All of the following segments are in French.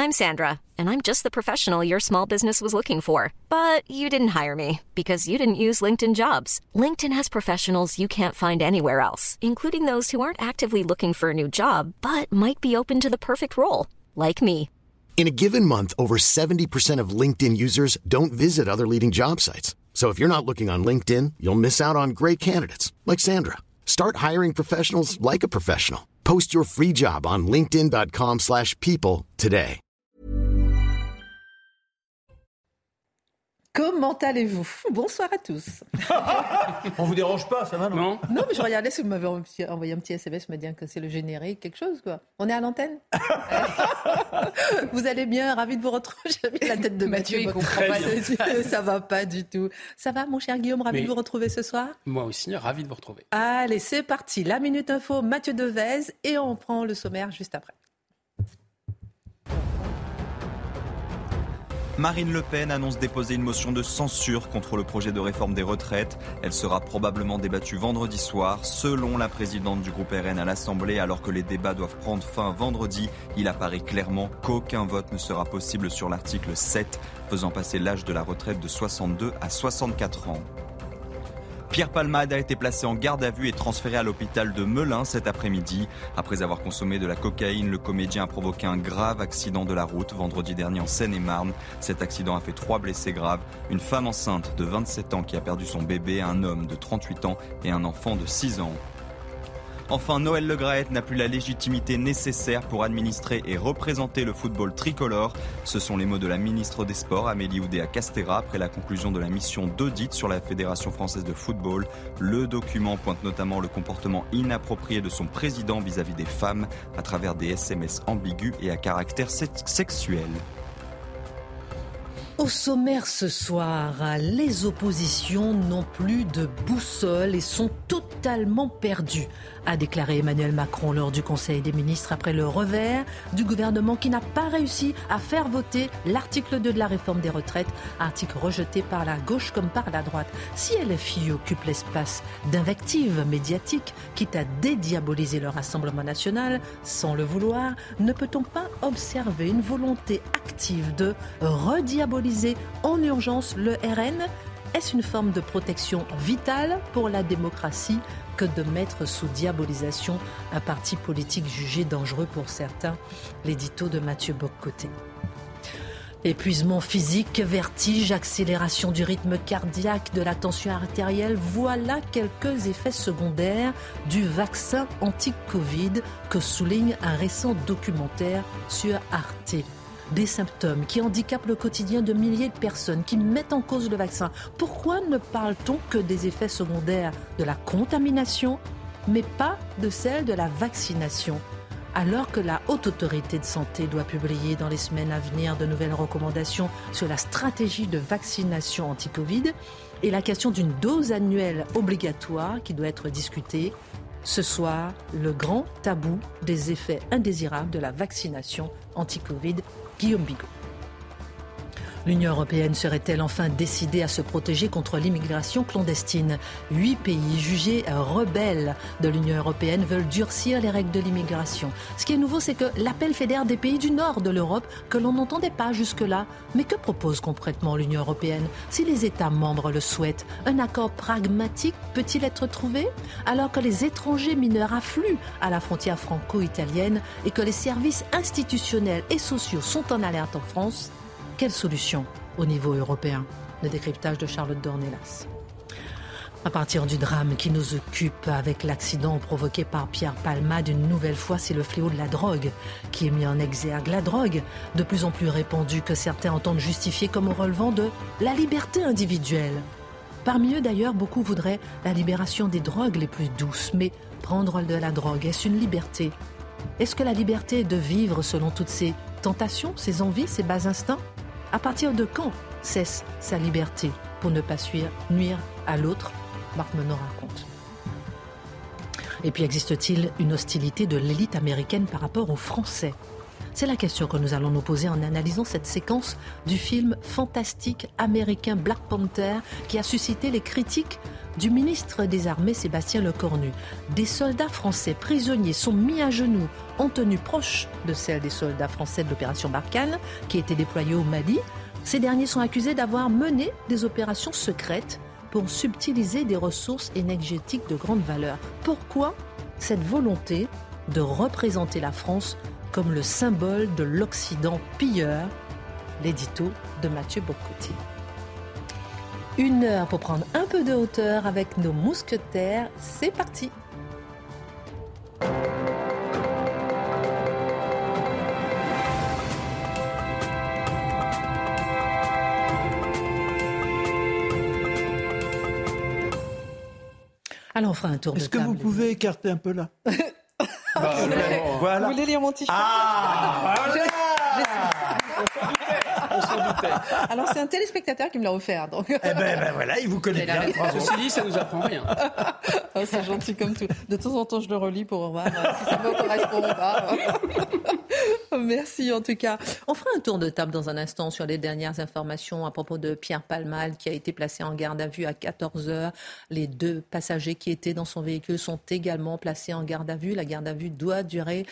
I'm Sandra, and I'm just the professional your small business was looking for. But you didn't hire me because you didn't use LinkedIn Jobs. LinkedIn has professionals you can't find anywhere else, including those who aren't actively looking for a new job, but might be open to the perfect role, like me. In a given month, over 70% of LinkedIn users don't visit other leading job sites. So if you're not looking on LinkedIn, you'll miss out on great candidates like Sandra. Start hiring professionals like a professional. Post your free job on linkedin.com/people today. Comment allez-vous ? Bonsoir à tous. On vous dérange pas, ça va, non ? Non, mais je regardais si vous m'avez envoyé un petit SMS me disant que c'est le générique, quelque chose, quoi. On est à l'antenne ? Vous allez bien ? Ravi de vous retrouver. J'aime bien la tête de Mathieu. Il comprend pas. Ça va pas du tout. Ça va, mon cher Guillaume ? Ravi de vous retrouver ce soir ? Moi aussi, ravi de vous retrouver. Allez, c'est parti. La Minute Info, Mathieu Devez. Et on prend le sommaire juste après. Marine Le Pen annonce déposer une motion de censure contre le projet de réforme des retraites. Elle sera probablement débattue vendredi soir. Selon la présidente du groupe RN à l'Assemblée, alors que les débats doivent prendre fin vendredi, il apparaît clairement qu'aucun vote ne sera possible sur l'article 7, faisant passer l'âge de la retraite de 62 à 64 ans. Pierre Palmade a été placé en garde à vue et transféré à l'hôpital de Melun cet après-midi. Après avoir consommé de la cocaïne, le comédien a provoqué un grave accident de la route vendredi dernier en Seine-et-Marne. Cet accident a fait 3 blessés graves, une femme enceinte de 27 ans qui a perdu son bébé, un homme de 38 ans et un enfant de 6 ans. Enfin, Noël Le Graët n'a plus la légitimité nécessaire pour administrer et représenter le football tricolore. Ce sont les mots de la ministre des Sports, Amélie Oudéa-Castéra, après la conclusion de la mission d'audit sur la Fédération française de football. Le document pointe notamment le comportement inapproprié de son président vis-à-vis des femmes à travers des SMS ambigus et à caractère sexuel. Au sommaire ce soir, les oppositions n'ont plus de boussole et sont totalement perdues, a déclaré Emmanuel Macron lors du Conseil des ministres après le revers du gouvernement qui n'a pas réussi à faire voter l'article 2 de la réforme des retraites, article rejeté par la gauche comme par la droite. Si LFI occupe l'espace d'invectives médiatiques, quitte à dédiaboliser le Rassemblement national sans le vouloir, ne peut-on pas observer une volonté active de rediaboliser en urgence le RN ? Est-ce une forme de protection vitale pour la démocratie que de mettre sous diabolisation un parti politique jugé dangereux pour certains ? L'édito de Mathieu Boccoté. Épuisement physique, vertige, accélération du rythme cardiaque, de la tension artérielle, voilà quelques effets secondaires du vaccin anti-Covid que souligne un récent documentaire sur Arte. Des symptômes qui handicapent le quotidien de milliers de personnes, qui mettent en cause le vaccin. Pourquoi ne parle-t-on que des effets secondaires de la contamination, mais pas de celle de la vaccination ? Alors que la Haute Autorité de Santé doit publier dans les semaines à venir de nouvelles recommandations sur la stratégie de vaccination anti-Covid et la question d'une dose annuelle obligatoire qui doit être discutée, ce soir, le grand tabou des effets indésirables de la vaccination anti-Covid. Guillaume Bigot. L'Union européenne serait-elle enfin décidée à se protéger contre l'immigration clandestine ? 8 pays jugés rebelles de l'Union européenne veulent durcir les règles de l'immigration. Ce qui est nouveau, c'est que l'appel fédère des pays du nord de l'Europe que l'on n'entendait pas jusque-là. Mais que propose concrètement l'Union européenne ? Si les États membres le souhaitent, un accord pragmatique peut-il être trouvé ? Alors que les étrangers mineurs affluent à la frontière franco-italienne et que les services institutionnels et sociaux sont en alerte en France, quelle solution au niveau européen ? Le décryptage de Charlotte Dornelas. À partir du drame qui nous occupe avec l'accident provoqué par Pierre Palmade, une nouvelle fois, c'est le fléau de la drogue qui est mis en exergue. La drogue, de plus en plus répandue, que certains entendent justifier comme relevant de la liberté individuelle. Parmi eux, d'ailleurs, beaucoup voudraient la libération des drogues les plus douces. Mais prendre de la drogue, est-ce une liberté ? Est-ce que la liberté est de vivre selon toutes ses tentations, ses envies, ses bas instincts ? À partir de quand cesse sa liberté pour ne pas nuire à l'autre ? Marc Menon raconte. Et puis existe-t-il une hostilité de l'élite américaine par rapport aux Français ? C'est la question que nous allons nous poser en analysant cette séquence du film fantastique américain Black Panther qui a suscité les critiques du ministre des Armées Sébastien Lecornu. Des soldats français prisonniers sont mis à genoux en tenue proche de celle des soldats français de l'opération Barkhane qui était déployée au Mali. Ces derniers sont accusés d'avoir mené des opérations secrètes pour subtiliser des ressources énergétiques de grande valeur. Pourquoi cette volonté de représenter la France comme le symbole de l'Occident pilleur? L'édito de Mathieu Bocoté. 1 heure pour prendre un peu de hauteur avec nos mousquetaires. C'est parti. Alors on fera un tour de table. Est-ce que vous pouvez écarter un peu là? Voilà. Vous voulez lire mon t-shirt? On s'en doutait. Alors c'est un téléspectateur qui me l'a offert. Donc. Voilà, il vous connaît bien. Ceci dit, ça nous apprend rien. Oh, c'est gentil comme tout. De temps en temps, je le relis pour voir si ça me correspond ou pas. Merci en tout cas. On fera un tour de table dans un instant sur les dernières informations à propos de Pierre Palmade qui a été placé en garde à vue à 14h. Les 2 passagers qui étaient dans son véhicule sont également placés en garde à vue. La garde à vue doit durer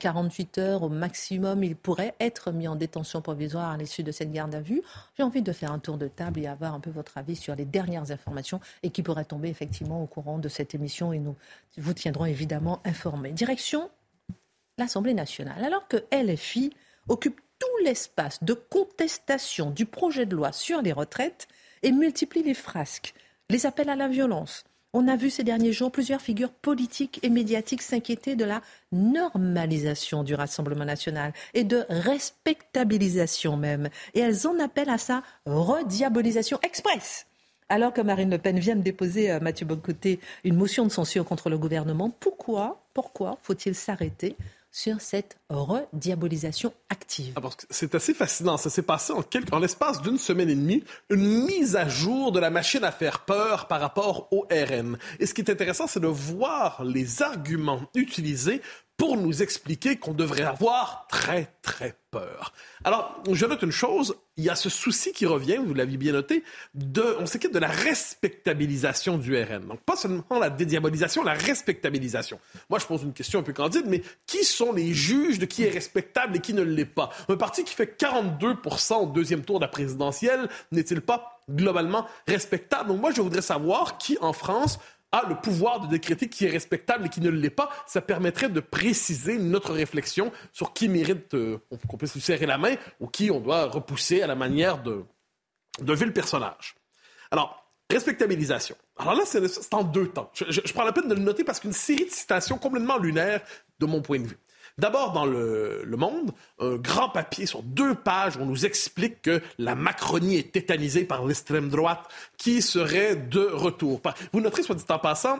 48 heures au maximum. Il pourrait être mis en détention provisoire à l'issue de cette garde à vue. J'ai envie de faire un tour de table et avoir un peu votre avis sur les dernières informations et qui pourraient tomber effectivement au courant de cette émission et nous vous tiendrons évidemment informés. Direction l'Assemblée nationale. Alors que LFI occupe tout l'espace de contestation du projet de loi sur les retraites et multiplie les frasques, les appels à la violence. On a vu ces derniers jours plusieurs figures politiques et médiatiques s'inquiéter de la normalisation du Rassemblement national et de respectabilisation même. Et elles en appellent à sa rediabolisation express. Alors que Marine Le Pen vient de déposer, Mathieu Bocoté, une motion de censure contre le gouvernement, pourquoi faut-il s'arrêter sur cette rediabolisation active? Parce que c'est assez fascinant. Ça s'est passé en l'espace d'une semaine et demie, une mise à jour de la machine à faire peur par rapport au RN. Et ce qui est intéressant, c'est de voir les arguments utilisés pour nous expliquer qu'on devrait avoir très, très peur. Alors, je note une chose, il y a ce souci qui revient, vous l'aviez bien noté, on s'inquiète de la respectabilisation du RN. Donc, pas seulement la dédiabolisation, la respectabilisation. Moi, je pose une question un peu candide, mais qui sont les juges de qui est respectable et qui ne l'est pas? Un parti qui fait 42% au deuxième tour de la présidentielle, n'est-il pas globalement respectable? Donc, moi, je voudrais savoir qui, en France, a le pouvoir de décréter qui est respectable et qui ne l'est pas. Ça permettrait de préciser notre réflexion sur qui mérite qu'on puisse lui serrer la main ou qui on doit repousser à la manière de vil personnage. Alors, respectabilisation. Alors là, c'est en 2 temps. Je prends la peine de le noter parce qu'une série de citations complètement lunaires de mon point de vue. D'abord, dans le Monde, un grand papier sur 2 pages où on nous explique que la Macronie est tétanisée par l'extrême droite qui serait de retour. Vous noterez, soit dit en passant,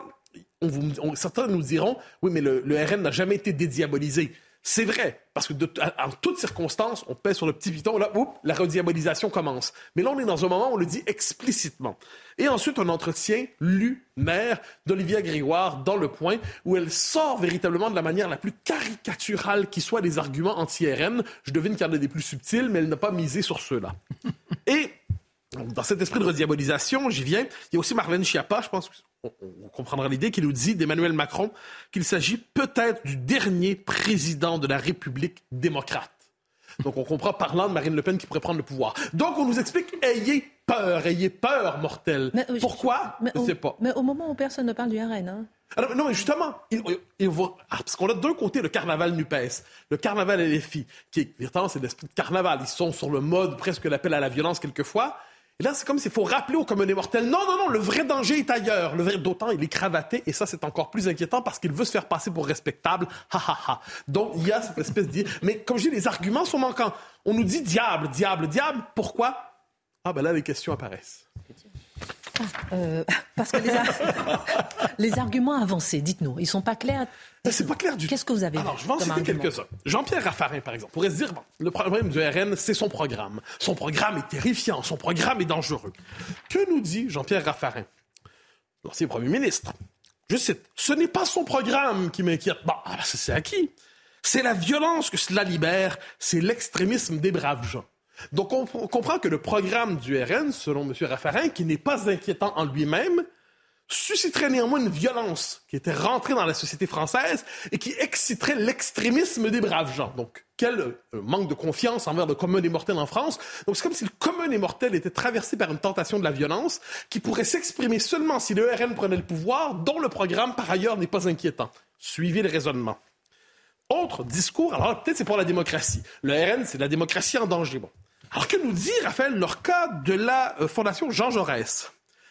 certains nous diront « Oui, mais le RN n'a jamais été dédiabolisé ». C'est vrai, parce que en toutes circonstances, on pèse sur le petit piton, là, la rediabolisation commence. Mais là, on est dans un moment où on le dit explicitement. Et ensuite, un entretien lunaire d'Olivia Grégoire dans Le Point, où elle sort véritablement de la manière la plus caricaturale qui soit des arguments anti-RN. Je devine qu'il y en a des plus subtils, mais elle n'a pas misé sur ceux-là. Et dans cet esprit de rediabolisation, j'y viens, il y a aussi Marlène Schiappa, je pense on comprendra l'idée, qui nous dit d'Emmanuel Macron qu'il s'agit peut-être du dernier président de la République démocrate. Donc on comprend parlant de Marine Le Pen qui pourrait prendre le pouvoir. Donc on nous explique ayez peur, mortel. Pourquoi? Je ne sais pas. Mais au moment où personne ne parle du RN, hein? Alors, non, mais justement, parce qu'on a d'un côté le carnaval NUPES, le carnaval LFI, qui est véritablement c'est l'esprit de carnaval. Ils sont sur le mode presque l'appel à la violence quelquefois. Et là, c'est comme s'il faut rappeler au commun des mortels, non, le vrai danger est ailleurs. D'autant, il est cravaté, et ça, c'est encore plus inquiétant parce qu'il veut se faire passer pour respectable. Donc, il y a cette espèce de... Mais comme je dis, les arguments sont manquants. On nous dit diable. Pourquoi? Là, les questions apparaissent. Parce que les arguments avancés, dites-nous, ils sont pas clairs. C'est pas clair du tout. Qu'est-ce que vous avez Alors, je vais en citer quelques-uns. Jean-Pierre Raffarin, par exemple, pourrait se dire, le problème du RN, c'est son programme. Son programme est terrifiant, son programme est dangereux. Que nous dit Jean-Pierre Raffarin, l'ancien premier ministre? Je cite, « Ce n'est pas son programme qui m'inquiète. » C'est acquis. C'est la violence que cela libère, c'est l'extrémisme des braves gens. Donc, on comprend que le programme du RN, selon M. Raffarin, qui n'est pas inquiétant en lui-même, susciterait néanmoins une violence qui était rentrée dans la société française et qui exciterait l'extrémisme des braves gens. Donc, quel manque de confiance envers le commun des mortels en France. Donc, c'est comme si le commun des mortels était traversé par une tentation de la violence qui pourrait s'exprimer seulement si le RN prenait le pouvoir, dont le programme, par ailleurs, n'est pas inquiétant. Suivez le raisonnement. Autre discours, alors peut-être c'est pour la démocratie. Le RN, c'est la démocratie en danger. Bon. Alors, que nous dit Raphaël Lorca de la Fondation Jean Jaurès?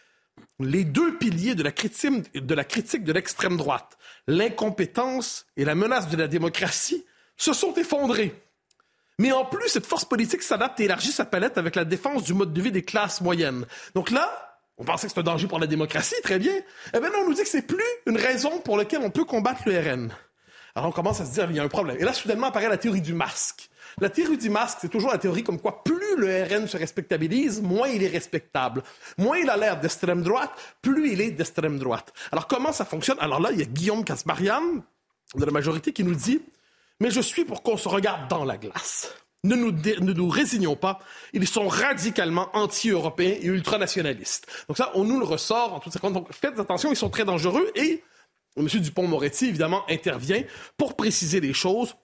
Les deux piliers de la critique de l'extrême droite, l'incompétence et la menace de la démocratie, se sont effondrés. Mais en plus, cette force politique s'adapte et élargit sa palette avec la défense du mode de vie des classes moyennes. Donc là, on pensait que c'est un danger pour la démocratie, très bien. Eh bien non, on nous dit que c'est plus une raison pour laquelle on peut combattre le RN. Alors on commence à se dire, il y a un problème. Et là, soudainement, apparaît la théorie du masque. La théorie du masque, c'est toujours la théorie comme quoi plus le RN se respectabilise, moins il est respectable. Moins il a l'air d'extrême droite, plus il est d'extrême droite. Alors comment ça fonctionne? Alors là, il y a Guillaume Kasbarian de la majorité qui nous dit « Mais je suis pour qu'on se regarde dans la glace. Ne nous résignons pas. Ils sont radicalement anti-européens et ultranationalistes. » Donc ça, on nous le ressort en toutes circonstances. Donc faites attention, ils sont très dangereux et M. Dupond-Moretti, évidemment, intervient pour préciser les choses,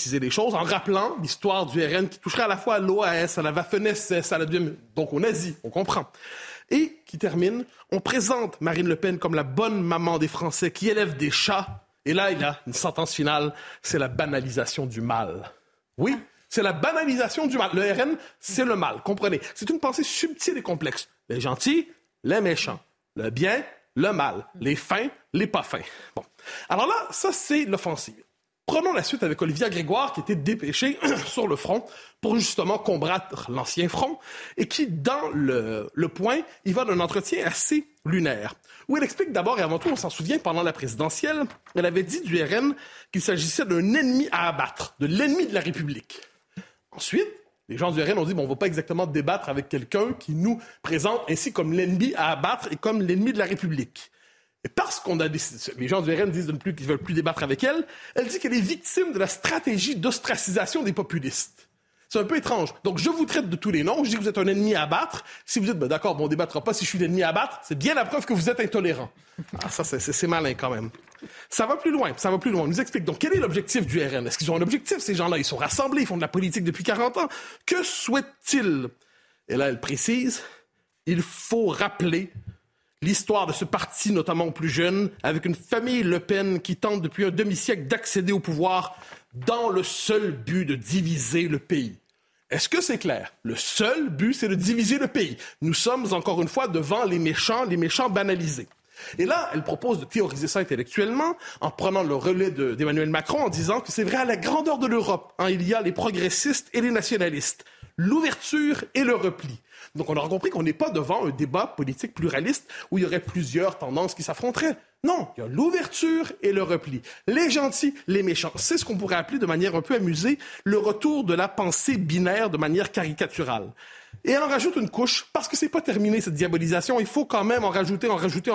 en rappelant l'histoire du RN qui toucherait à la fois à l'OAS, à la Waffen-SS, à la donc aux nazis, on comprend. Et qui termine, on présente Marine Le Pen comme la bonne maman des Français qui élève des chats. Et là, il y a une sentence finale, c'est la banalisation du mal. Oui, c'est la banalisation du mal. Le RN, c'est le mal, comprenez. C'est une pensée subtile et complexe. Les gentils, les méchants. Le bien, le mal. Les fins, les pas fins. Bon. Alors là, ça, c'est l'offensive. Prenons la suite avec Olivia Grégoire, qui était dépêchée sur le front pour justement combattre l'ancien front et qui, dans le Point, il va d'un entretien assez lunaire, où elle explique d'abord et avant tout, on s'en souvient, pendant la présidentielle, elle avait dit du RN qu'il s'agissait d'un ennemi à abattre, de l'ennemi de la République. Ensuite, les gens du RN ont dit, bon, on ne va pas exactement débattre avec quelqu'un qui nous présente ainsi comme l'ennemi à abattre et comme l'ennemi de la République. Et parce qu'on a les gens du RN disent qu'ils ne veulent plus débattre avec elle, elle dit qu'elle est victime de la stratégie d'ostracisation des populistes. C'est un peu étrange. Donc, je vous traite de tous les noms. Je dis que vous êtes un ennemi à abattre. Si vous dites, ben, d'accord, bon, on ne débattra pas si je suis l'ennemi à abattre, c'est bien la preuve que vous êtes intolérant. Ah, ça, c'est malin quand même. Ça va plus loin. On nous explique. Donc, quel est l'objectif du RN? Est-ce qu'ils ont un objectif, ces gens-là? Ils sont rassemblés, ils font de la politique depuis 40 ans. Que souhaitent-ils? Et là, elle précise, il faut rappeler l'histoire de ce parti, notamment aux plus jeunes, avec une famille Le Pen qui tente depuis un demi-siècle d'accéder au pouvoir dans le seul but de diviser le pays. Est-ce que c'est clair? Le seul but, c'est de diviser le pays. Nous sommes, encore une fois, devant les méchants banalisés. Et là, elle propose de théoriser ça intellectuellement en prenant le relais d'Emmanuel Macron en disant que c'est vrai à la grandeur de l'Europe. Il y a les progressistes et les nationalistes, l'ouverture et le repli. Donc on aura compris qu'on n'est pas devant un débat politique pluraliste où il y aurait plusieurs tendances qui s'affronteraient. Non, il y a l'ouverture et le repli. Les gentils, les méchants. C'est ce qu'on pourrait appeler de manière un peu amusée le retour de la pensée binaire de manière caricaturale. Et elle en rajoute une couche, parce que c'est pas terminé cette diabolisation, il faut quand même en rajouter.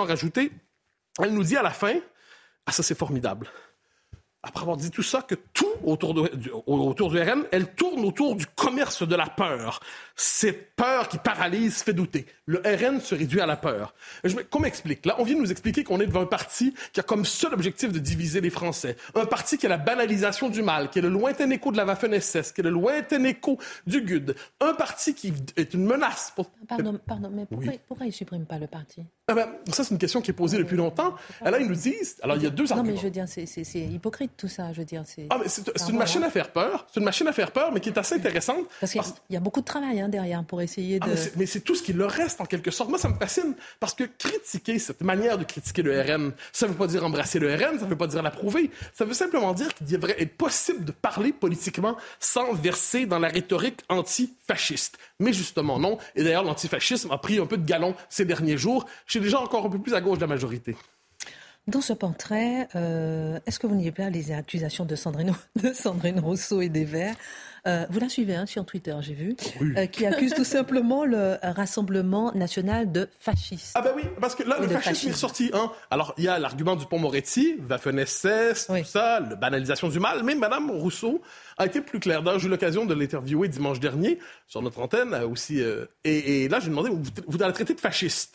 Elle nous dit à la fin, ah ça c'est formidable. Après avoir dit tout ça, que tout autour du RN, elle tourne autour du commerce de la peur. Cette peur qui paralyse, fait douter. Le RN se réduit à la peur. Qu'on m'explique? Là, on vient de nous expliquer qu'on est devant un parti qui a comme seul objectif de diviser les Français. Un parti qui est la banalisation du mal, qui est le lointain écho de la Waffen-SS, qui est le lointain écho du GUD. Un parti qui est une menace. Pardon, mais pourquoi ils ne suppriment pas le parti? Ça, c'est une question qui est posée depuis longtemps. Là, ils nous disent... Alors, il y a deux arguments. Non, mais je veux dire, c'est hypocrite tout ça. Je veux dire, c'est une machine à faire peur. C'est une machine à faire peur, mais qui est assez intéressante. Parce qu'il y a beaucoup de travail derrière pour essayer de... Mais c'est tout ce qui leur reste, en quelque sorte. Moi, ça me fascine, parce que critiquer, cette manière de critiquer le RN, ça ne veut pas dire embrasser le RN, ça ne veut pas dire l'approuver. Ça veut simplement dire qu'il devrait être possible de parler politiquement sans verser dans la rhétorique antifasciste. Mais justement, non. Et d'ailleurs, l'antifascisme a pris un peu de galon ces derniers jours chez des gens encore un peu plus à gauche de la majorité. Dans ce portrait, est-ce que vous n'ayez pas les accusations de Sandrine Rousseau et des Verts? Vous la suivez sur Twitter, j'ai vu, oui. Qui accuse tout simplement le Rassemblement national de fascisme. Ah ben oui, parce que là, le fascisme est ressorti. Alors, il y a l'argument du Dupond-Moretti, Waffen-SS, tout ça, la banalisation du mal, mais Mme Rousseau a été plus claire. D'ailleurs, j'ai eu l'occasion de l'interviewer dimanche dernier sur notre antenne aussi. Et là, je lui ai demandé, vous la traitez de fasciste?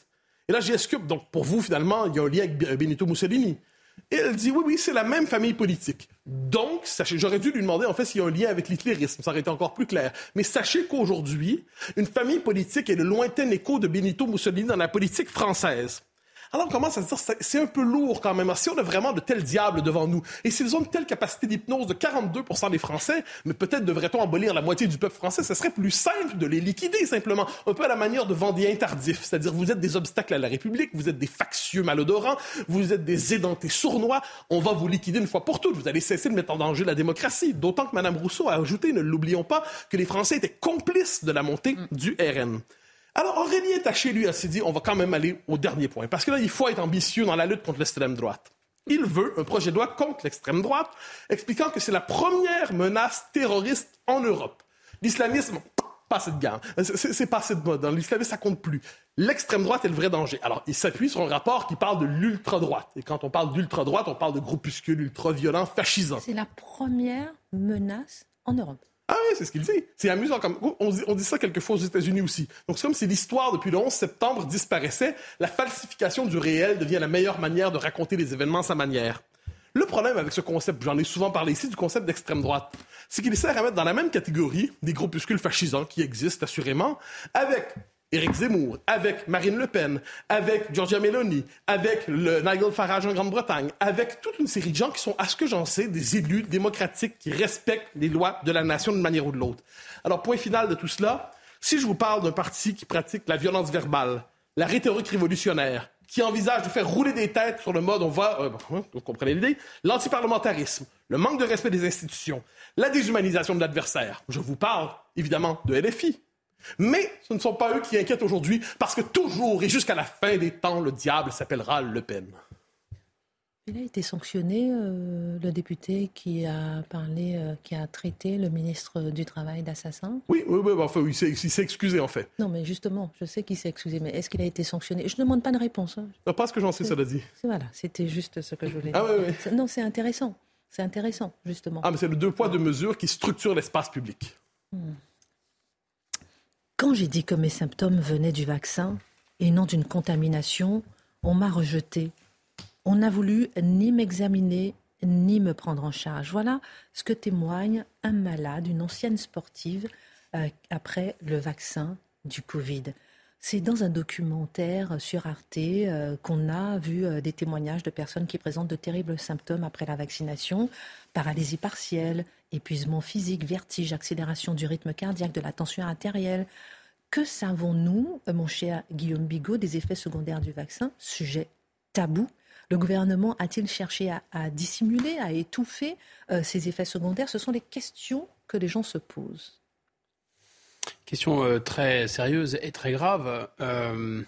Et là, est-ce que, donc, pour vous, finalement, il y a un lien avec Benito Mussolini? Et elle dit, oui, c'est la même famille politique. Donc, sachez, j'aurais dû lui demander, en fait, s'il y a un lien avec l'hitlérisme. Ça aurait été encore plus clair. Mais sachez qu'aujourd'hui, une famille politique est le lointain écho de Benito Mussolini dans la politique française. Alors, on commence à se dire, c'est un peu lourd quand même. Si on a vraiment de tels diables devant nous, et s'ils ont une telle capacité d'hypnose de 42% des Français, mais peut-être devrait-on abolir la moitié du peuple français, ce serait plus simple de les liquider, simplement. Un peu à la manière de Vendéens tardifs. C'est-à-dire, vous êtes des obstacles à la République, vous êtes des factieux malodorants, vous êtes des édentés sournois, on va vous liquider une fois pour toutes. Vous allez cesser de mettre en danger la démocratie. D'autant que Mme Rousseau a ajouté, ne l'oublions pas, que les Français étaient complices de la montée du RN. Alors, Aurélien Taché, lui, s'est dit, on va quand même aller au dernier point. Parce que là, il faut être ambitieux dans la lutte contre l'extrême droite. Il veut un projet de loi contre l'extrême droite, expliquant que c'est la première menace terroriste en Europe. L'islamisme, pas assez de gamme. C'est pas assez de mode. Dans l'islamisme, ça compte plus. L'extrême droite est le vrai danger. Alors, il s'appuie sur un rapport qui parle de l'ultra-droite. Et quand on parle d'ultra-droite, on parle de groupuscules ultra-violents, fascisants. C'est la première menace en Europe. Ah oui, c'est ce qu'il dit. C'est amusant. On dit ça quelquefois aux États-Unis aussi. Donc, c'est comme si l'histoire, depuis le 11 septembre, disparaissait. La falsification du réel devient la meilleure manière de raconter les événements à sa manière. Le problème avec ce concept, j'en ai souvent parlé ici, du concept d'extrême droite, c'est qu'il sert à mettre dans la même catégorie des groupuscules fascisants qui existent assurément, avec Éric Zemmour, avec Marine Le Pen, avec Giorgia Meloni, avec le Nigel Farage en Grande-Bretagne, avec toute une série de gens qui sont, à ce que j'en sais, des élus démocratiques qui respectent les lois de la nation d'une manière ou de l'autre. Alors, point final de tout cela, si je vous parle d'un parti qui pratique la violence verbale, la rhétorique révolutionnaire, qui envisage de faire rouler des têtes sur le mode, vous comprenez l'idée, l'antiparlementarisme, le manque de respect des institutions, la déshumanisation de l'adversaire. Je vous parle, évidemment, de LFI. Mais ce ne sont pas eux qui inquiètent aujourd'hui, parce que toujours et jusqu'à la fin des temps, le diable s'appellera Le Pen. Il a été sanctionné, le député qui a parlé, qui a traité le ministre du Travail d'assassin. Oui, il s'est excusé en fait. Non, mais justement, je sais qu'il s'est excusé, mais est-ce qu'il a été sanctionné? Je ne demande pas de réponse. Hein. Non, pas ce que j'en sais, cela dit. Voilà, c'était juste ce que je voulais dire. Ah oui. Non, c'est intéressant. C'est intéressant, justement. Ah, mais c'est le 2 poids, 2 mesures qui structure l'espace public. Quand j'ai dit que mes symptômes venaient du vaccin et non d'une contamination, on m'a rejeté. On n'a voulu ni m'examiner, ni me prendre en charge. Voilà ce que témoigne un malade, une ancienne sportive, après le vaccin du Covid. C'est dans un documentaire sur Arte qu'on a vu des témoignages de personnes qui présentent de terribles symptômes après la vaccination. Paralysie partielle, épuisement physique, vertige, accélération du rythme cardiaque, de la tension artérielle. Que savons-nous, mon cher Guillaume Bigot, des effets secondaires du vaccin? Sujet tabou. Le gouvernement a-t-il cherché à dissimuler, à étouffer ces effets secondaires? Ce sont les questions que les gens se posent. Question très sérieuse et très grave. Je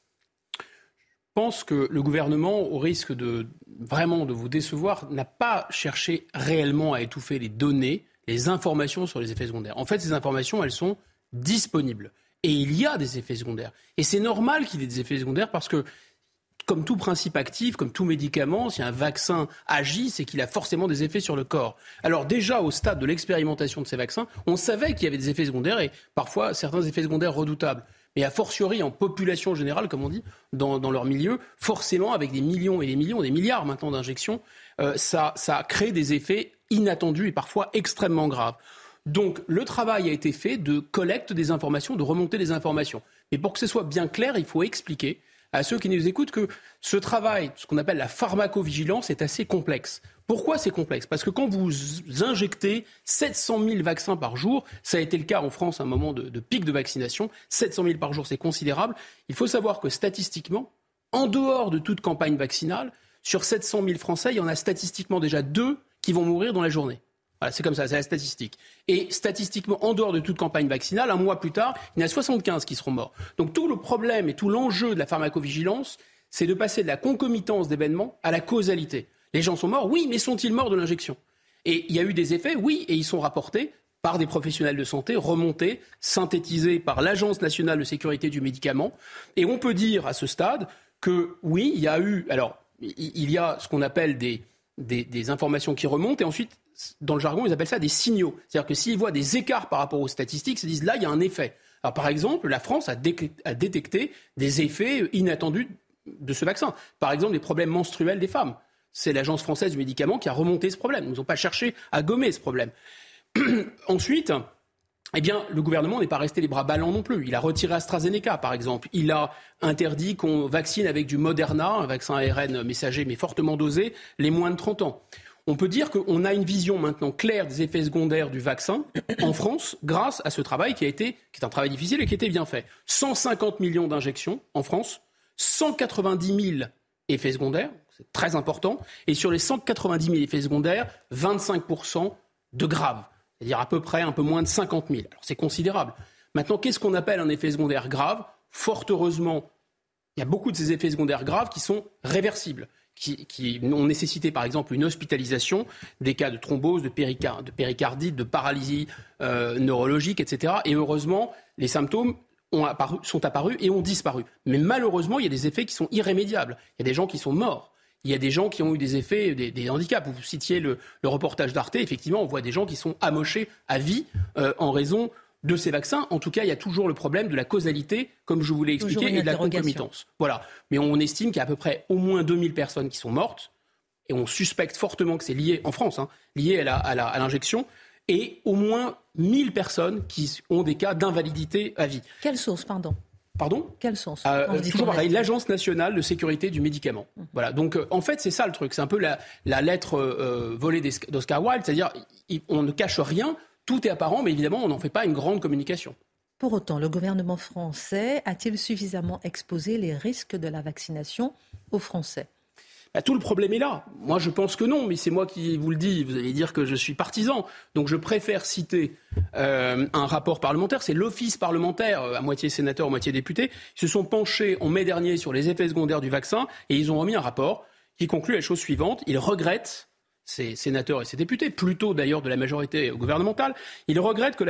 pense que le gouvernement, au risque de vous décevoir, n'a pas cherché réellement à étouffer les données, les informations sur les effets secondaires. En fait, ces informations, elles sont disponibles. Et il y a des effets secondaires. Et c'est normal qu'il y ait des effets secondaires parce que, comme tout principe actif, comme tout médicament, si un vaccin agit, c'est qu'il a forcément des effets sur le corps. Alors déjà, au stade de l'expérimentation de ces vaccins, on savait qu'il y avait des effets secondaires et parfois certains effets secondaires redoutables. Mais a fortiori en population générale, comme on dit, dans leur milieu, forcément avec des millions et des millions, des milliards maintenant d'injections, ça crée des effets inattendus et parfois extrêmement graves. Donc le travail a été fait de collecte des informations, de remonter des informations. Mais pour que ce soit bien clair, il faut expliquer à ceux qui nous écoutent que ce travail, ce qu'on appelle la pharmacovigilance, est assez complexe. Pourquoi c'est complexe? Parce que quand vous injectez 700 000 vaccins par jour, ça a été le cas en France à un moment de pic de vaccination, 700 000 par jour, c'est considérable. Il faut savoir que statistiquement, en dehors de toute campagne vaccinale, sur 700 000 Français, il y en a statistiquement déjà 2 qui vont mourir dans la journée. Voilà, c'est comme ça, c'est la statistique. Et statistiquement, en dehors de toute campagne vaccinale, un mois plus tard, il y en a 75 qui seront morts. Donc tout le problème et tout l'enjeu de la pharmacovigilance, c'est de passer de la concomitance d'événements à la causalité. Les gens sont morts, oui, mais sont-ils morts de l'injection? Et il y a eu des effets, oui, et ils sont rapportés par des professionnels de santé, remontés, synthétisés par l'Agence nationale de sécurité du médicament. Et on peut dire à ce stade que oui, il y a eu... Alors, il y a ce qu'on appelle des informations qui remontent, et ensuite... Dans le jargon, ils appellent ça des signaux. C'est-à-dire que s'ils voient des écarts par rapport aux statistiques, ils se disent là, il y a un effet. Alors, par exemple, la France a détecté des effets inattendus de ce vaccin. Par exemple, les problèmes menstruels des femmes. C'est l'Agence française du médicament qui a remonté ce problème. Ils n'ont pas cherché à gommer ce problème. Ensuite, le gouvernement n'est pas resté les bras ballants non plus. Il a retiré AstraZeneca, par exemple. Il a interdit qu'on vaccine avec du Moderna, un vaccin ARN messager mais fortement dosé, les moins de 30 ans. On peut dire qu'on a une vision maintenant claire des effets secondaires du vaccin en France grâce à ce travail qui est un travail difficile et qui a été bien fait. 150 millions d'injections en France, 190 000 effets secondaires, c'est très important. Et sur les 190 000 effets secondaires, 25% de graves. C'est-à-dire à peu près un peu moins de 50 000. Alors c'est considérable. Maintenant, qu'est-ce qu'on appelle un effet secondaire grave ? Fort heureusement, il y a beaucoup de ces effets secondaires graves qui sont réversibles, qui ont nécessité par exemple une hospitalisation, des cas de thrombose, de péricardite, de paralysie neurologique, etc. Et heureusement, les symptômes sont apparus et ont disparu. Mais malheureusement, il y a des effets qui sont irrémédiables. Il y a des gens qui sont morts. Il y a des gens qui ont eu des effets, des handicaps. Vous citiez le reportage d'Arte. Effectivement, on voit des gens qui sont amochés à vie en raison de ces vaccins. En tout cas, il y a toujours le problème de la causalité, comme je vous l'ai expliqué, et de la concomitance. Voilà. Mais on estime qu'il y a à peu près au moins 2000 personnes qui sont mortes. Et on suspecte fortement que c'est lié, en France, lié à l'injection. Et au moins 1000 personnes qui ont des cas d'invalidité à vie. Quelle source, pardon ? Quelle source ? Toujours pareil, l'Agence nationale de sécurité du médicament. Voilà. Donc, en fait, c'est ça le truc. C'est un peu la lettre volée d'Oscar Wilde. C'est-à-dire, on ne cache rien, tout est apparent, mais évidemment, on n'en fait pas une grande communication. Pour autant, le gouvernement français a-t-il suffisamment exposé les risques de la vaccination aux Français ? Tout le problème est là. Moi, je pense que non, mais c'est moi qui vous le dis. Vous allez dire que je suis partisan. Donc, je préfère citer un rapport parlementaire. C'est l'Office parlementaire, à moitié sénateur, à moitié député. Ils se sont penchés en mai dernier sur les effets secondaires du vaccin et ils ont remis un rapport qui conclut la chose suivante. Ils regrettent, ces sénateurs et ces députés, plutôt d'ailleurs de la majorité gouvernementale, ils regrettent que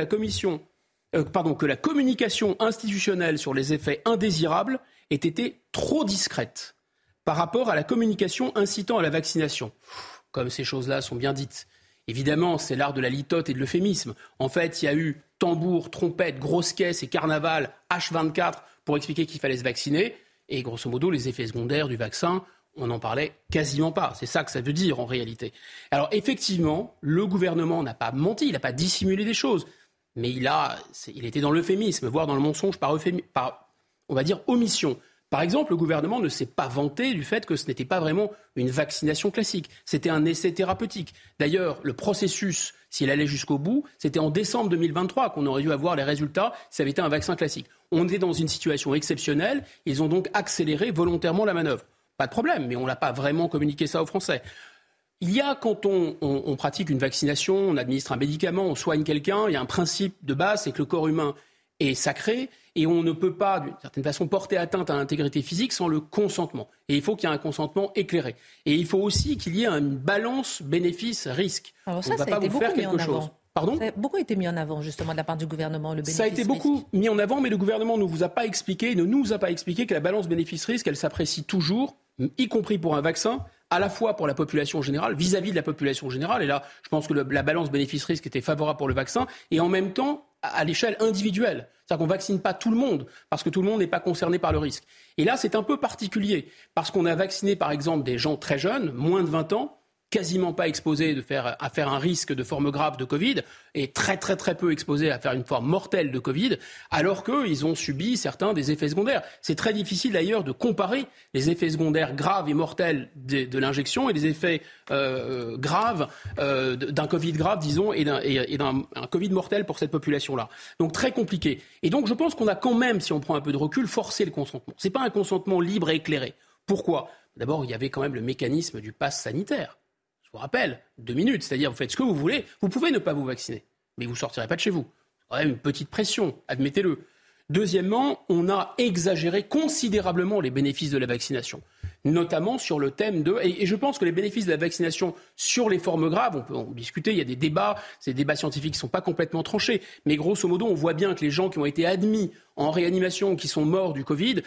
que la communication institutionnelle sur les effets indésirables ait été trop discrète par rapport à la communication incitant à la vaccination. Comme ces choses-là sont bien dites. Évidemment, c'est l'art de la litote et de l'euphémisme. En fait, il y a eu tambour, trompette, grosse caisse et carnaval H24 pour expliquer qu'il fallait se vacciner. Et grosso modo, les effets secondaires du vaccin, on n'en parlait quasiment pas. C'est ça que ça veut dire en réalité. Alors effectivement, le gouvernement n'a pas menti, il n'a pas dissimulé des choses. Mais il était dans l'euphémisme, voire dans le mensonge par on va dire, omission. Par exemple, le gouvernement ne s'est pas vanté du fait que ce n'était pas vraiment une vaccination classique. C'était un essai thérapeutique. D'ailleurs, le processus, s'il allait jusqu'au bout, c'était en décembre 2023 qu'on aurait dû avoir les résultats si ça avait été un vaccin classique. On est dans une situation exceptionnelle. Ils ont donc accéléré volontairement la manœuvre. Pas de problème, mais on n'a pas vraiment communiqué ça aux Français. Il y a, quand on pratique une vaccination, on administre un médicament, on soigne quelqu'un, il y a un principe de base, c'est que le corps humain est sacré et on ne peut pas, d'une certaine façon, porter atteinte à l'intégrité physique sans le consentement. Et il faut qu'il y ait un consentement éclairé. Et il faut aussi qu'il y ait une balance bénéfice-risque. Alors ça, on ne va pas vous faire quelque chose. Pardon ? Ça a beaucoup été mis en avant, justement, de la part du gouvernement, le bénéfice-risque. Ça a été beaucoup mis en avant, mais le gouvernement ne nous a pas expliqué que la balance bénéfice-risque, elle s'apprécie toujours, y compris pour un vaccin, à la fois pour la population générale, vis-à-vis de la population générale. Et là, je pense que la balance bénéfice-risque était favorable pour le vaccin, et en même temps, à l'échelle individuelle. C'est-à-dire qu'on ne vaccine pas tout le monde, parce que tout le monde n'est pas concerné par le risque. Et là, c'est un peu particulier, parce qu'on a vacciné, par exemple, des gens très jeunes, moins de 20 ans, quasiment pas exposés à faire un risque de forme grave de Covid, et très très très peu exposés à faire une forme mortelle de Covid, alors qu'ils ont subi certains des effets secondaires. C'est très difficile d'ailleurs de comparer les effets secondaires graves et mortels de l'injection et les effets graves d'un Covid grave, disons, et d'un Covid mortel pour cette population-là. Donc très compliqué. Et donc je pense qu'on a quand même, si on prend un peu de recul, forcé le consentement. C'est pas un consentement libre et éclairé. Pourquoi ? D'abord, il y avait quand même le mécanisme du pass sanitaire. Je vous rappelle, 2 minutes, c'est-à-dire vous faites ce que vous voulez, vous pouvez ne pas vous vacciner, mais vous ne sortirez pas de chez vous. C'est quand même une petite pression, admettez-le. Deuxièmement, on a exagéré considérablement les bénéfices de la vaccination, notamment sur le thème de... Et je pense que les bénéfices de la vaccination sur les formes graves, on peut en discuter, il y a des débats, ces débats scientifiques qui ne sont pas complètement tranchés, mais grosso modo, on voit bien que les gens qui ont été admis en réanimation, qui sont morts du Covid,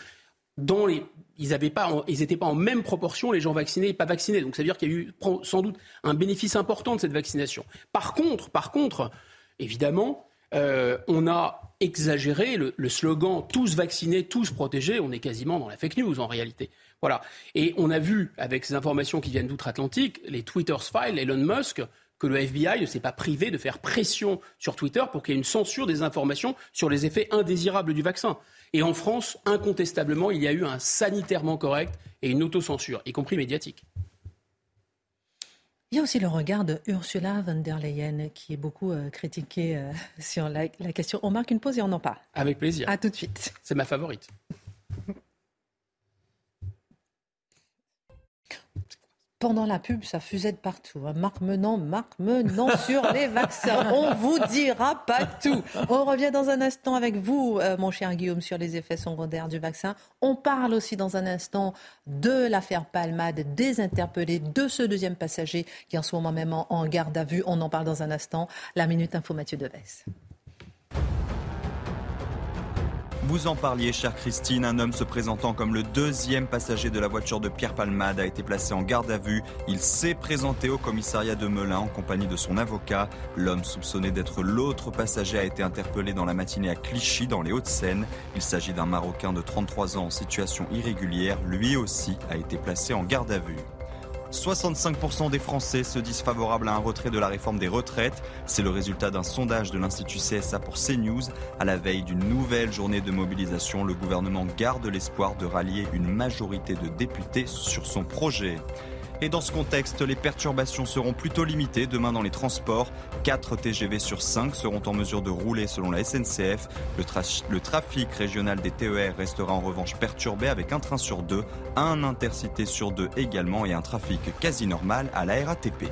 ils n'étaient pas en même proportion les gens vaccinés et pas vaccinés. Donc ça veut dire qu'il y a eu sans doute un bénéfice important de cette vaccination. Par contre, évidemment, On a exagéré le slogan « tous vaccinés, tous protégés ». On est quasiment dans la fake news en réalité. Voilà. Et on a vu, avec ces informations qui viennent d'outre-Atlantique, les Twitter's Files, Elon Musk, que le FBI ne s'est pas privé de faire pression sur Twitter pour qu'il y ait une censure des informations sur les effets indésirables du vaccin. Et en France, incontestablement, il y a eu un sanitairement correct et une autocensure, y compris médiatique. Il y a aussi le regard de Ursula von der Leyen qui est beaucoup critiquée sur la question. On marque une pause et on en parle. Avec plaisir. À tout de suite. C'est ma favorite. Pendant la pub, ça fusait de partout. Marc Menant sur les vaccins. On vous dira pas tout. On revient dans un instant avec vous, mon cher Guillaume, sur les effets secondaires du vaccin. On parle aussi dans un instant de l'affaire Palmade, des interpellés, de ce deuxième passager qui est en ce moment même en garde à vue. On en parle dans un instant. La Minute Info, Mathieu Devez. Vous en parliez, chère Christine, un homme se présentant comme le deuxième passager de la voiture de Pierre Palmade a été placé en garde à vue. Il s'est présenté au commissariat de Melun en compagnie de son avocat. L'homme soupçonné d'être l'autre passager a été interpellé dans la matinée à Clichy, dans les Hauts-de-Seine. Il s'agit d'un Marocain de 33 ans en situation irrégulière. Lui aussi a été placé en garde à vue. 65% des Français se disent favorables à un retrait de la réforme des retraites. C'est le résultat d'un sondage de l'Institut CSA pour CNews. À la veille d'une nouvelle journée de mobilisation, le gouvernement garde l'espoir de rallier une majorité de députés sur son projet. Et dans ce contexte, les perturbations seront plutôt limitées demain dans les transports. 4 TGV sur 5 seront en mesure de rouler selon la SNCF. Le trafic régional des TER restera en revanche perturbé avec un train sur 2, un intercité sur 2 également et un trafic quasi normal à la RATP.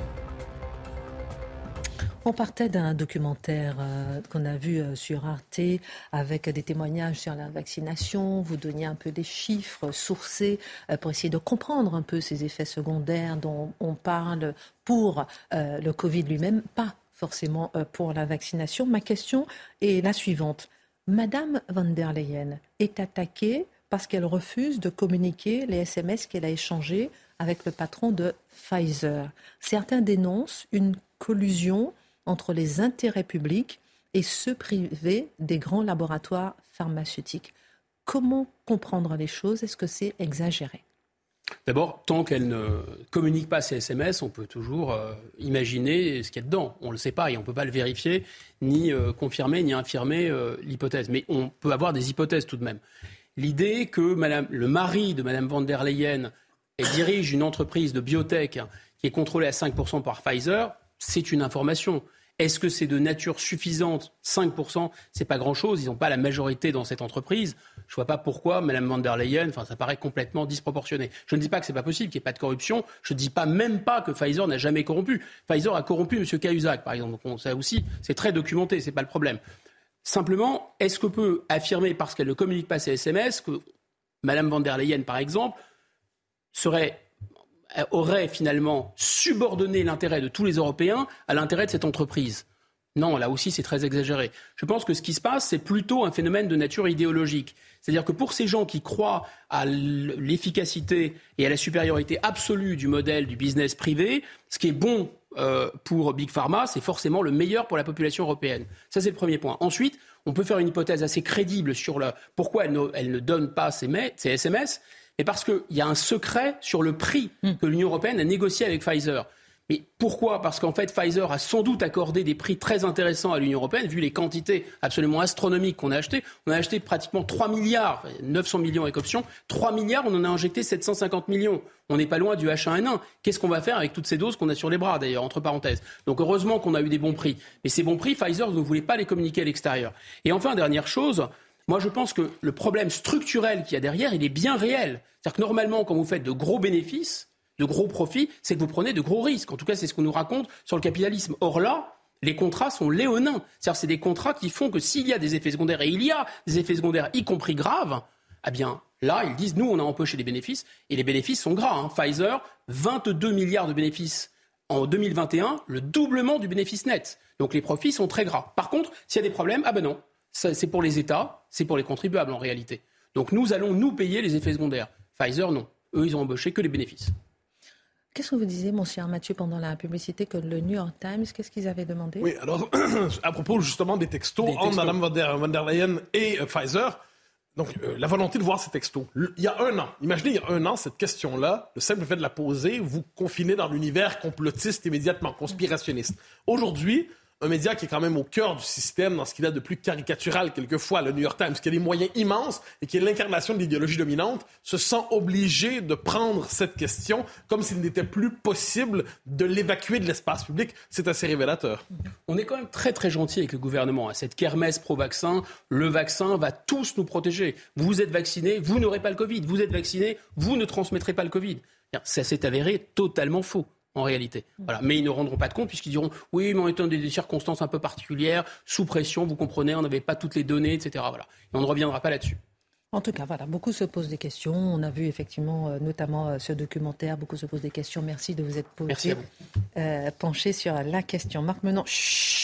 On partait d'un documentaire qu'on a vu sur Arte avec des témoignages sur la vaccination. Vous donniez un peu des chiffres sourcés pour essayer de comprendre un peu ces effets secondaires dont on parle pour le Covid lui-même, pas forcément pour la vaccination. Ma question est la suivante. Madame von der Leyen est attaquée parce qu'elle refuse de communiquer les SMS qu'elle a échangés avec le patron de Pfizer. Certains dénoncent une collusion entre les intérêts publics et ceux privés des grands laboratoires pharmaceutiques. Comment comprendre les choses ? Est-ce que c'est exagéré ? D'abord, tant qu'elle ne communique pas ses SMS, on peut toujours imaginer ce qu'il y a dedans. On ne le sait pas et on ne peut pas le vérifier, ni confirmer, ni infirmer l'hypothèse. Mais on peut avoir des hypothèses tout de même. L'idée que le mari de Mme von der Leyen dirige une entreprise de biotech qui est contrôlée à 5% par Pfizer, c'est une information. Est-ce que c'est de nature suffisante ? 5%, c'est pas grand-chose. Ils n'ont pas la majorité dans cette entreprise. Je ne vois pas pourquoi Mme von der Leyen, ça paraît complètement disproportionné. Je ne dis pas que c'est pas possible, qu'il n'y ait pas de corruption. Je ne dis pas même pas que Pfizer n'a jamais corrompu. Pfizer a corrompu M. Cahuzac, par exemple. Donc ça aussi, c'est très documenté, c'est pas le problème. Simplement, est-ce qu'on peut affirmer, parce qu'elle ne communique pas ses SMS, que Mme von der Leyen, par exemple, aurait finalement subordonné l'intérêt de tous les Européens à l'intérêt de cette entreprise ? Non, là aussi, c'est très exagéré. Je pense que ce qui se passe, c'est plutôt un phénomène de nature idéologique. C'est-à-dire que pour ces gens qui croient à l'efficacité et à la supériorité absolue du modèle du business privé, ce qui est bon pour Big Pharma, c'est forcément le meilleur pour la population européenne. Ça, c'est le premier point. Ensuite, on peut faire une hypothèse assez crédible sur pourquoi elle ne donne pas ses SMS. Mais parce qu'il y a un secret sur le prix que l'Union européenne a négocié avec Pfizer. Mais pourquoi ? Parce qu'en fait, Pfizer a sans doute accordé des prix très intéressants à l'Union européenne, vu les quantités absolument astronomiques qu'on a achetées. On a acheté pratiquement 3 milliards, 900 millions avec option. 3 milliards, on en a injecté 750 millions. On n'est pas loin du H1N1. Qu'est-ce qu'on va faire avec toutes ces doses qu'on a sur les bras, d'ailleurs, entre parenthèses ? Donc heureusement qu'on a eu des bons prix. Mais ces bons prix, Pfizer ne voulait pas les communiquer à l'extérieur. Et enfin, dernière chose... Moi, je pense que le problème structurel qu'il y a derrière, il est bien réel. C'est-à-dire que normalement, quand vous faites de gros bénéfices, de gros profits, c'est que vous prenez de gros risques. En tout cas, c'est ce qu'on nous raconte sur le capitalisme. Or là, les contrats sont léonins. C'est-à-dire que c'est des contrats qui font que s'il y a des effets secondaires, et il y a des effets secondaires, y compris graves, eh bien là, ils disent, nous, on a empoché des bénéfices, et les bénéfices sont gras. Pfizer, 22 milliards de bénéfices en 2021, le doublement du bénéfice net. Donc les profits sont très gras. Par contre, s'il y a des problèmes, non. Ça, c'est pour les États, c'est pour les contribuables en réalité. Donc nous allons nous payer les effets secondaires. Pfizer, non. Eux, ils ont embauché que les bénéfices. Qu'est-ce que vous disiez, mon cher Mathieu, pendant la publicité, que le New York Times, qu'est-ce qu'ils avaient demandé? Oui, alors, à propos justement des textos entre Mme von der Leyen et Pfizer, donc la volonté de voir ces textos. Il y a un an, imaginez, il y a un an, cette question-là, le simple fait de la poser, vous confinez dans l'univers complotiste immédiatement, conspirationniste. Aujourd'hui, un média qui est quand même au cœur du système, dans ce qu'il a de plus caricatural quelquefois, le New York Times, qui a des moyens immenses et qui est l'incarnation de l'idéologie dominante, se sent obligé de prendre cette question comme s'il n'était plus possible de l'évacuer de l'espace public. C'est assez révélateur. On est quand même très très gentil avec le gouvernement. Cette kermesse pro-vaccin, le vaccin va tous nous protéger. Vous êtes vaccinés, vous n'aurez pas le Covid. Vous êtes vaccinés, vous ne transmettrez pas le Covid. Ça s'est avéré totalement faux. En réalité. Voilà. Mais ils ne rendront pas de compte puisqu'ils diront « oui, mais on est dans des circonstances un peu particulières, sous pression, vous comprenez, on n'avait pas toutes les données, etc. » Voilà. Et on ne reviendra pas là-dessus. En tout cas, voilà, beaucoup se posent des questions. On a vu effectivement, notamment ce documentaire, beaucoup se posent des questions. Merci de vous être penché sur la question. Marc Menon, chut.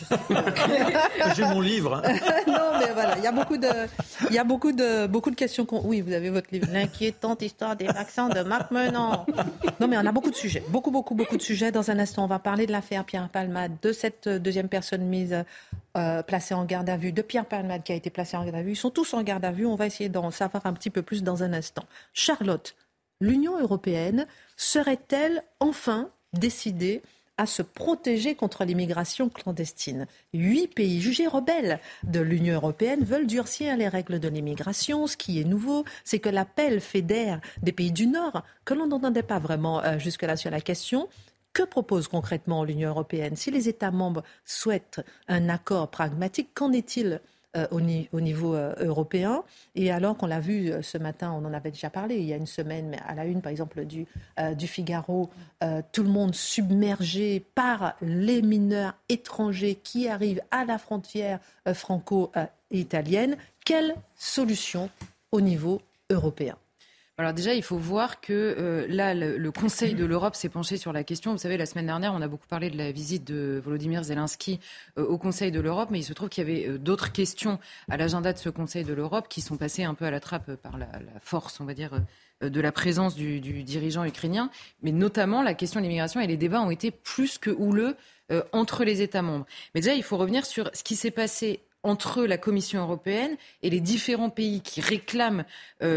J'ai mon livre. Non, mais voilà, il y a beaucoup de questions. Oui, vous avez votre livre, L'inquiétante histoire des vaccins de Marc Menon. Non, mais on a beaucoup de sujets, beaucoup de sujets. Dans un instant, on va parler de l'affaire Pierre Palmade, de cette deuxième personne placée en garde à vue, de Pierre Palmade qui a été placé en garde à vue. Ils sont tous en garde à vue. On va essayer d'en savoir un petit peu plus dans un instant. Charlotte, l'Union européenne serait-elle enfin décidée à se protéger contre l'immigration clandestine? 8 pays jugés rebelles de l'Union européenne veulent durcir les règles de l'immigration. Ce qui est nouveau, c'est que l'appel fédère des pays du Nord, que l'on n'entendait pas vraiment jusque-là sur la question. Que propose concrètement l'Union européenne? Si les États membres souhaitent un accord pragmatique, qu'en est-il au niveau européen? Et alors qu'on l'a vu ce matin, on en avait déjà parlé il y a une semaine, mais à la une par exemple du Figaro, tout le monde submergé par les mineurs étrangers qui arrivent à la frontière franco-italienne. Quelle solution au niveau européen? Alors déjà, il faut voir que là, le Conseil de l'Europe s'est penché sur la question. Vous savez, la semaine dernière, on a beaucoup parlé de la visite de Volodymyr Zelensky au Conseil de l'Europe, mais il se trouve qu'il y avait d'autres questions à l'agenda de ce Conseil de l'Europe qui sont passées un peu à la trappe par la force, on va dire, de la présence du dirigeant ukrainien. Mais notamment, la question de l'immigration et les débats ont été plus que houleux entre les États membres. Mais déjà, il faut revenir sur ce qui s'est passé entre la Commission européenne et les différents pays qui réclament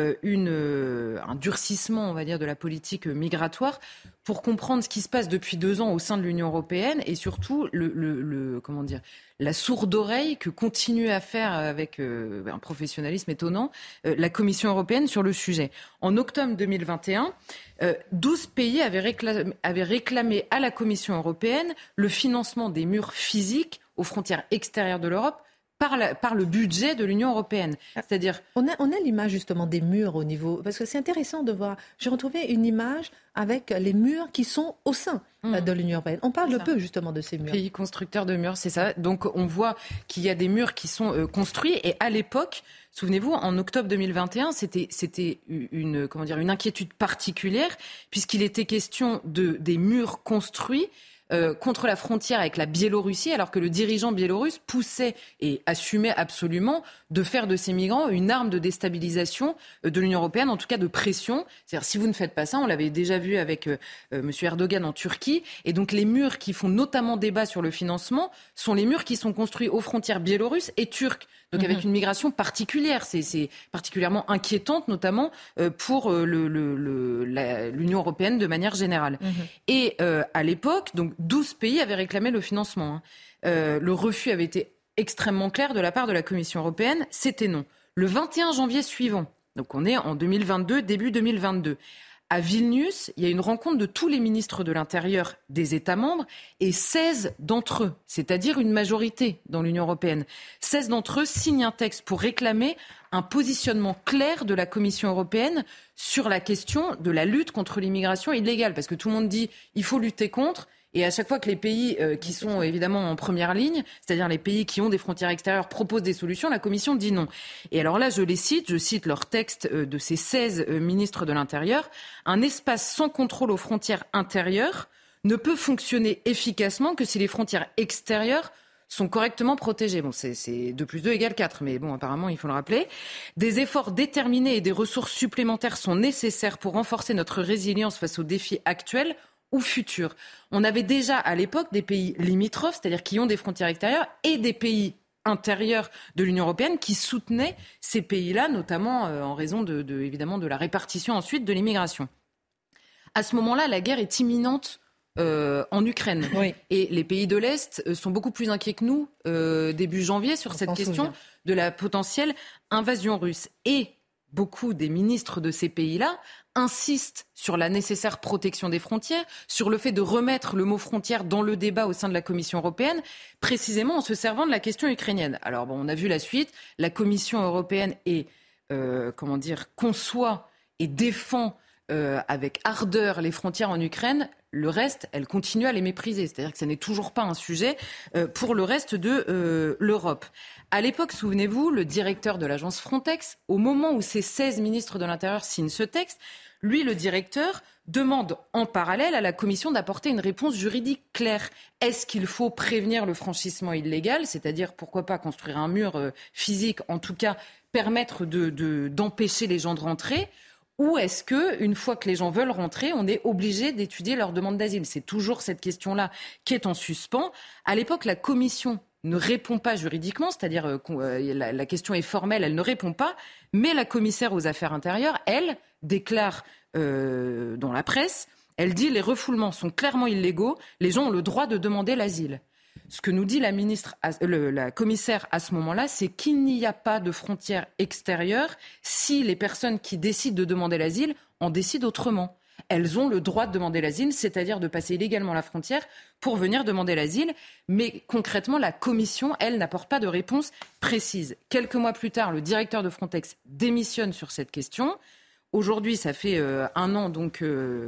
un durcissement, on va dire, de la politique migratoire, pour comprendre ce qui se passe depuis 2 ans au sein de l'Union européenne et surtout la sourde oreille que continue à faire avec un professionnalisme étonnant la Commission européenne sur le sujet. En octobre 2021, 12 pays avaient réclamé à la Commission européenne le financement des murs physiques aux frontières extérieures de l'Europe par le budget de l'Union européenne. C'est-à-dire... On a l'image justement des murs au niveau... Parce que c'est intéressant de voir... J'ai retrouvé une image avec les murs qui sont au sein de l'Union européenne. On parle peu justement de ces murs. Pays constructeurs de murs, c'est ça. Donc on voit qu'il y a des murs qui sont construits. Et à l'époque, souvenez-vous, en octobre 2021, c'était une inquiétude particulière puisqu'il était question des murs construits contre la frontière avec la Biélorussie, alors que le dirigeant biélorusse poussait et assumait absolument de faire de ces migrants une arme de déstabilisation de l'Union européenne, en tout cas de pression. C'est-à-dire, si vous ne faites pas ça, on l'avait déjà vu avec M. Erdogan en Turquie, et donc les murs qui font notamment débat sur le financement sont les murs qui sont construits aux frontières biélorusses et turques. Donc avec une migration particulière, c'est particulièrement inquiétante, notamment pour l'Union européenne de manière générale. Et à l'époque, donc 12 pays avaient réclamé le financement. Le refus avait été extrêmement clair de la part de la Commission européenne, c'était non. Le 21 janvier suivant, donc on est en 2022, début 2022, à Vilnius, il y a une rencontre de tous les ministres de l'Intérieur des États membres et 16 d'entre eux, c'est-à-dire une majorité dans l'Union européenne, 16 d'entre eux signent un texte pour réclamer un positionnement clair de la Commission européenne sur la question de la lutte contre l'immigration illégale. Parce que tout le monde dit qu'il faut lutter contre. Et à chaque fois que les pays qui sont évidemment en première ligne, c'est-à-dire les pays qui ont des frontières extérieures, proposent des solutions, la Commission dit non. Et alors là, je cite leur texte de ces 16 ministres de l'Intérieur. Un espace sans contrôle aux frontières intérieures ne peut fonctionner efficacement que si les frontières extérieures sont correctement protégés. Bon, c'est 2 + 2 = 4, mais bon, apparemment, il faut le rappeler. Des efforts déterminés et des ressources supplémentaires sont nécessaires pour renforcer notre résilience face aux défis actuels ou futurs. On avait déjà à l'époque des pays limitrophes, c'est-à-dire qui ont des frontières extérieures, et des pays intérieurs de l'Union européenne qui soutenaient ces pays-là, notamment en raison évidemment de la répartition ensuite de l'immigration. À ce moment-là, la guerre est imminente en Ukraine. Oui. Et les pays de l'Est sont beaucoup plus inquiets que nous début janvier sur cette question de la potentielle invasion russe. Et beaucoup des ministres de ces pays-là insistent sur la nécessaire protection des frontières, sur le fait de remettre le mot frontière dans le débat au sein de la Commission européenne, précisément en se servant de la question ukrainienne. Alors bon, on a vu la suite. La Commission européenne conçoit et défend avec ardeur les frontières en Ukraine. Le reste, elle continue à les mépriser. C'est-à-dire que ce n'est toujours pas un sujet pour le reste de l'Europe. À l'époque, souvenez-vous, le directeur de l'agence Frontex, au moment où ces 16 ministres de l'Intérieur signent ce texte, lui, le directeur, demande en parallèle à la Commission d'apporter une réponse juridique claire. Est-ce qu'il faut prévenir le franchissement illégal, c'est-à-dire pourquoi pas construire un mur physique, en tout cas permettre d'empêcher les gens de rentrer ? Ou est-ce que, une fois que les gens veulent rentrer, on est obligé d'étudier leur demande d'asile ? C'est toujours cette question-là qui est en suspens. À l'époque, la Commission ne répond pas juridiquement, c'est-à-dire la question est formelle, elle ne répond pas, mais la commissaire aux affaires intérieures, elle, déclare dans la presse, elle dit « les refoulements sont clairement illégaux, les gens ont le droit de demander l'asile ». Ce que nous dit la commissaire à ce moment-là, c'est qu'il n'y a pas de frontière extérieure si les personnes qui décident de demander l'asile en décident autrement. Elles ont le droit de demander l'asile, c'est-à-dire de passer illégalement la frontière pour venir demander l'asile. Mais concrètement, la Commission, elle, n'apporte pas de réponse précise. Quelques mois plus tard, le directeur de Frontex démissionne sur cette question. Aujourd'hui, ça fait 1 an donc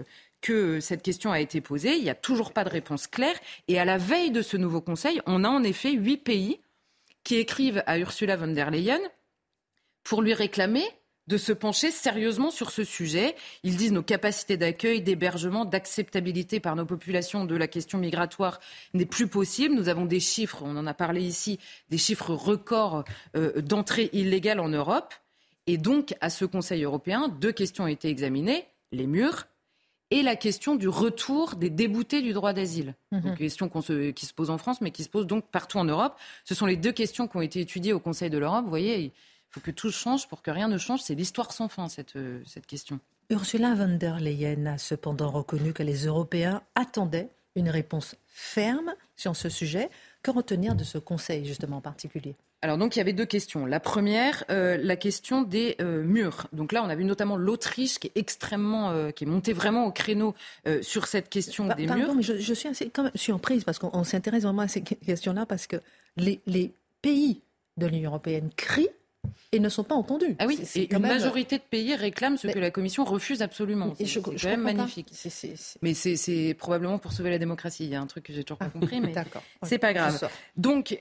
que cette question a été posée. Il n'y a toujours pas de réponse claire. Et à la veille de ce nouveau Conseil, on a en effet 8 pays qui écrivent à Ursula von der Leyen pour lui réclamer de se pencher sérieusement sur ce sujet. Ils disent nos capacités d'accueil, d'hébergement, d'acceptabilité par nos populations de la question migratoire n'est plus possible. Nous avons des chiffres, on en a parlé ici, des chiffres records d'entrée illégale en Europe. Et donc, à ce Conseil européen, 2 questions ont été examinées, les murs et la question du retour des déboutés du droit d'asile. Donc, une question qui se pose en France, mais qui se pose donc partout en Europe. Ce sont les 2 questions qui ont été étudiées au Conseil de l'Europe. Vous voyez, il faut que tout change pour que rien ne change. C'est l'histoire sans fin, cette question. Ursula von der Leyen a cependant reconnu que les Européens attendaient une réponse ferme sur ce sujet. Que retenir de ce Conseil, justement, en particulier ? Alors donc il y avait 2 questions. La première, la question des murs. Donc là on a vu notamment l'Autriche qui est montée vraiment au créneau sur cette question des murs. Mais je suis quand même surprise parce qu'on s'intéresse vraiment à ces questions-là parce que les pays de l'Union européenne crient et ne sont pas entendus. Ah oui, et une majorité de pays réclament ce que la Commission refuse absolument. C'est quand même magnifique. Mais c'est probablement pour sauver la démocratie. Il y a un truc que j'ai toujours pas compris, mais c'est pas grave. Donc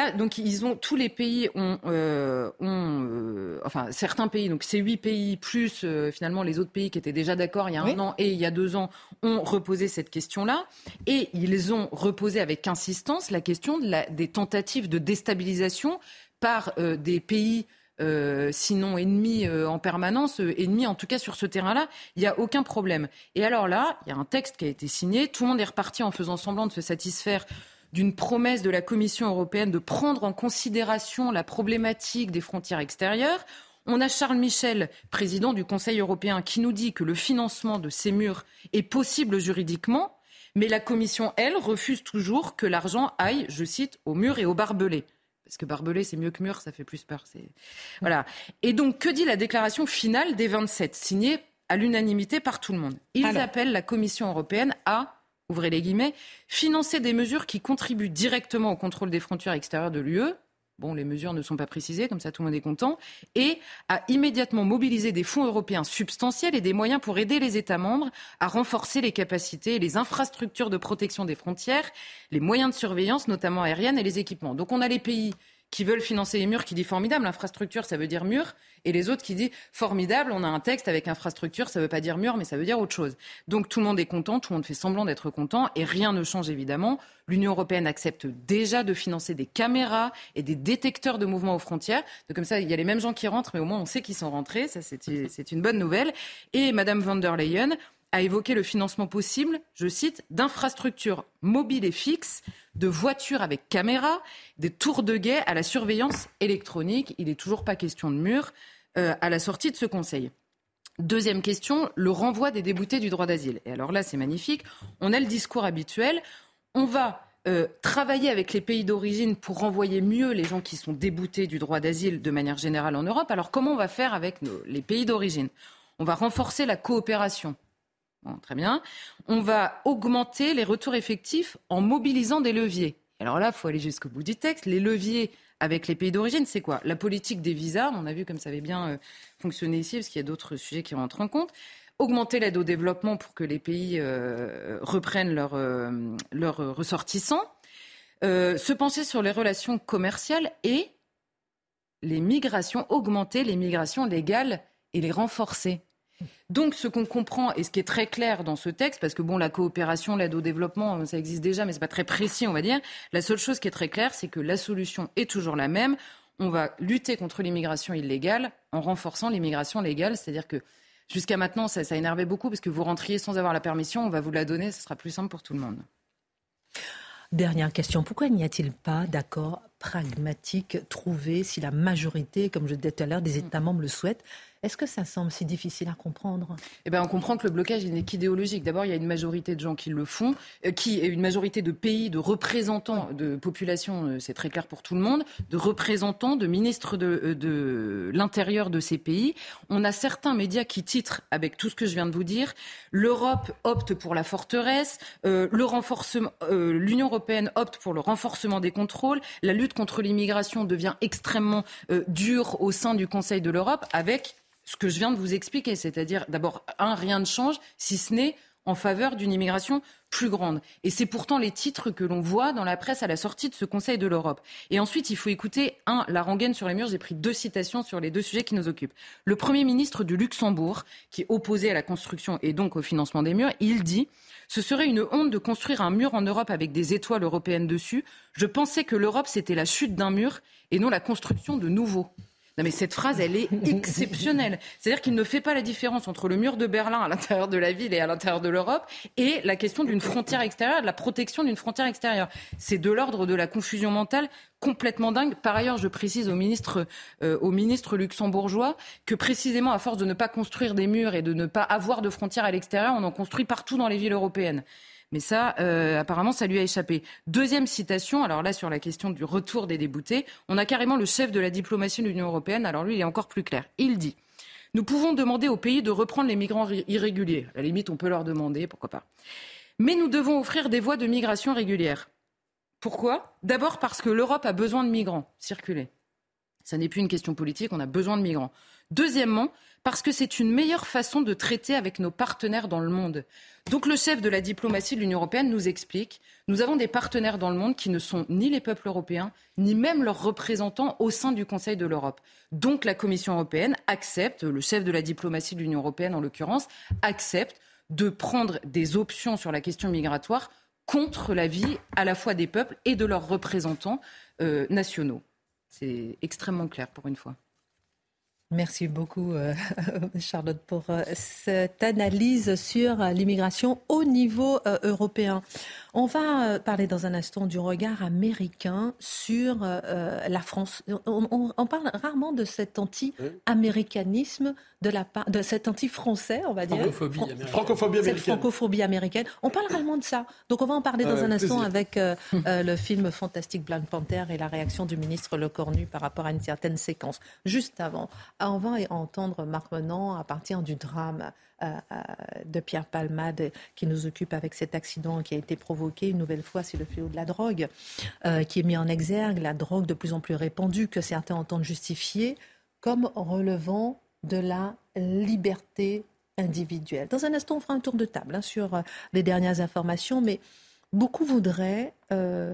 tous les pays enfin certains pays, donc ces 8 pays plus finalement les autres pays qui étaient déjà d'accord il y a 1 an et il y a 2 ans ont reposé cette question-là et ils ont reposé avec insistance la question des tentatives de déstabilisation par des pays sinon ennemis en permanence, ennemis en tout cas sur ce terrain-là, il n'y a aucun problème. Et alors là, il y a un texte qui a été signé, tout le monde est reparti en faisant semblant de se satisfaire d'une promesse de la Commission européenne de prendre en considération la problématique des frontières extérieures. On a Charles Michel, président du Conseil européen, qui nous dit que le financement de ces murs est possible juridiquement, mais la Commission, elle, refuse toujours que l'argent aille, je cite, aux murs et aux barbelés. Parce que barbelé, c'est mieux que mur, ça fait plus peur. Voilà. Et donc, que dit la déclaration finale des 27, signée à l'unanimité par tout le monde ? Ils appellent la Commission européenne à, ouvrez les guillemets, financer des mesures qui contribuent directement au contrôle des frontières extérieures de l'UE. Bon, les mesures ne sont pas précisées, comme ça tout le monde est content. Et à immédiatement mobiliser des fonds européens substantiels et des moyens pour aider les États membres à renforcer les capacités et les infrastructures de protection des frontières, les moyens de surveillance, notamment aérienne, et les équipements. Donc on a les pays qui veulent financer les murs, qui dit formidable, infrastructure, ça veut dire mur, et les autres qui disent formidable, on a un texte avec infrastructure, ça veut pas dire mur, mais ça veut dire autre chose. Donc tout le monde est content, tout le monde fait semblant d'être content, et rien ne change évidemment. L'Union européenne accepte déjà de financer des caméras et des détecteurs de mouvements aux frontières. Donc comme ça, il y a les mêmes gens qui rentrent, mais au moins on sait qu'ils sont rentrés, ça c'est une bonne nouvelle. Et Madame von der Leyen a évoqué le financement possible, je cite, d'infrastructures mobiles et fixes, de voitures avec caméras, des tours de guet à la surveillance électronique. Il n'est toujours pas question de mur à la sortie de ce Conseil. Deuxième question, le renvoi des déboutés du droit d'asile. Et alors là, c'est magnifique. On a le discours habituel. On va travailler avec les pays d'origine pour renvoyer mieux les gens qui sont déboutés du droit d'asile de manière générale en Europe. Alors comment on va faire avec les pays d'origine ? On va renforcer la coopération. Bon, très bien. On va augmenter les retours effectifs en mobilisant des leviers. Alors là, il faut aller jusqu'au bout du texte. Les leviers avec les pays d'origine, c'est quoi ? La politique des visas, on a vu comme ça avait bien fonctionné ici, parce qu'il y a d'autres sujets qui rentrent en compte. Augmenter l'aide au développement pour que les pays reprennent leurs ressortissants. Se pencher sur les relations commerciales et les migrations, augmenter les migrations légales et les renforcer. Donc, ce qu'on comprend et ce qui est très clair dans ce texte, parce que bon, la coopération, l'aide au développement, ça existe déjà, mais c'est pas très précis, on va dire. La seule chose qui est très claire, c'est que la solution est toujours la même. On va lutter contre l'immigration illégale en renforçant l'immigration légale. C'est-à-dire que jusqu'à maintenant, ça énervait beaucoup parce que vous rentriez sans avoir la permission, on va vous la donner, ce sera plus simple pour tout le monde. Dernière question, pourquoi n'y a-t-il pas d'accord pragmatique trouvé si la majorité, comme je disais tout à l'heure, des États membres le souhaitent ? Est-ce que ça semble si difficile à comprendre ? Eh bien, on comprend que le blocage n'est qu'idéologique. D'abord, il y a une majorité de gens qui le font, une majorité de pays, de représentants de population, c'est très clair pour tout le monde, de représentants, de ministres de l'intérieur de ces pays. On a certains médias qui titrent, avec tout ce que je viens de vous dire, l'Europe opte pour la forteresse, l'Union européenne opte pour le renforcement des contrôles, la lutte contre l'immigration devient extrêmement dure au sein du Conseil de l'Europe, avec ce que je viens de vous expliquer, c'est-à-dire d'abord, rien ne change, si ce n'est en faveur d'une immigration plus grande. Et c'est pourtant les titres que l'on voit dans la presse à la sortie de ce Conseil de l'Europe. Et ensuite, il faut écouter, la rengaine sur les murs. J'ai pris 2 citations sur les 2 sujets qui nous occupent. Le Premier ministre du Luxembourg, qui est opposé à la construction et donc au financement des murs, il dit « Ce serait une honte de construire un mur en Europe avec des étoiles européennes dessus. Je pensais que l'Europe, c'était la chute d'un mur et non la construction de nouveaux. » Non mais cette phrase, elle est exceptionnelle. C'est-à-dire qu'il ne fait pas la différence entre le mur de Berlin à l'intérieur de la ville et à l'intérieur de l'Europe et la question d'une frontière extérieure, de la protection d'une frontière extérieure. C'est de l'ordre de la confusion mentale complètement dingue. Par ailleurs, je précise au ministre luxembourgeois que précisément à force de ne pas construire des murs et de ne pas avoir de frontières à l'extérieur, on en construit partout dans les villes européennes. Mais ça, apparemment, ça lui a échappé. Deuxième citation, alors là, sur la question du retour des déboutés, on a carrément le chef de la diplomatie de l'Union européenne. Alors lui, il est encore plus clair. Il dit « Nous pouvons demander aux pays de reprendre les migrants irréguliers. » À la limite, on peut leur demander, pourquoi pas. « Mais nous devons offrir des voies de migration régulières. » Pourquoi ? D'abord parce que l'Europe a besoin de migrants circuler. Ça n'est plus une question politique, on a besoin de migrants. Deuxièmement, parce que c'est une meilleure façon de traiter avec nos partenaires dans le monde. Donc le chef de la diplomatie de l'Union européenne nous explique, nous avons des partenaires dans le monde qui ne sont ni les peuples européens, ni même leurs représentants au sein du Conseil de l'Europe. Donc la Commission européenne accepte, le chef de la diplomatie de l'Union européenne en l'occurrence, accepte de prendre des options sur la question migratoire contre l'avis à la fois des peuples et de leurs représentants nationaux. C'est extrêmement clair pour une fois. Merci beaucoup, Charlotte, pour cette analyse sur l'immigration au niveau européen. On va parler dans un instant du regard américain sur la France. On parle rarement de cet anti-américanisme, de cet anti-français, on va dire. Francophobie américaine. On parle rarement de ça. Donc on va en parler dans un instant avec le film fantastique Black Panther et la réaction du ministre Lecornu par rapport à une certaine séquence. Juste avant, on va entendre Marc Menant à partir du drame de Pierre Palmade qui nous occupe avec cet accident qui a été provoqué une nouvelle fois, c'est le fléau de la drogue qui est mis en exergue, la drogue de plus en plus répandue que certains entendent justifier comme relevant de la liberté individuelle. Dans un instant, on fera un tour de table sur les dernières informations, mais beaucoup voudraient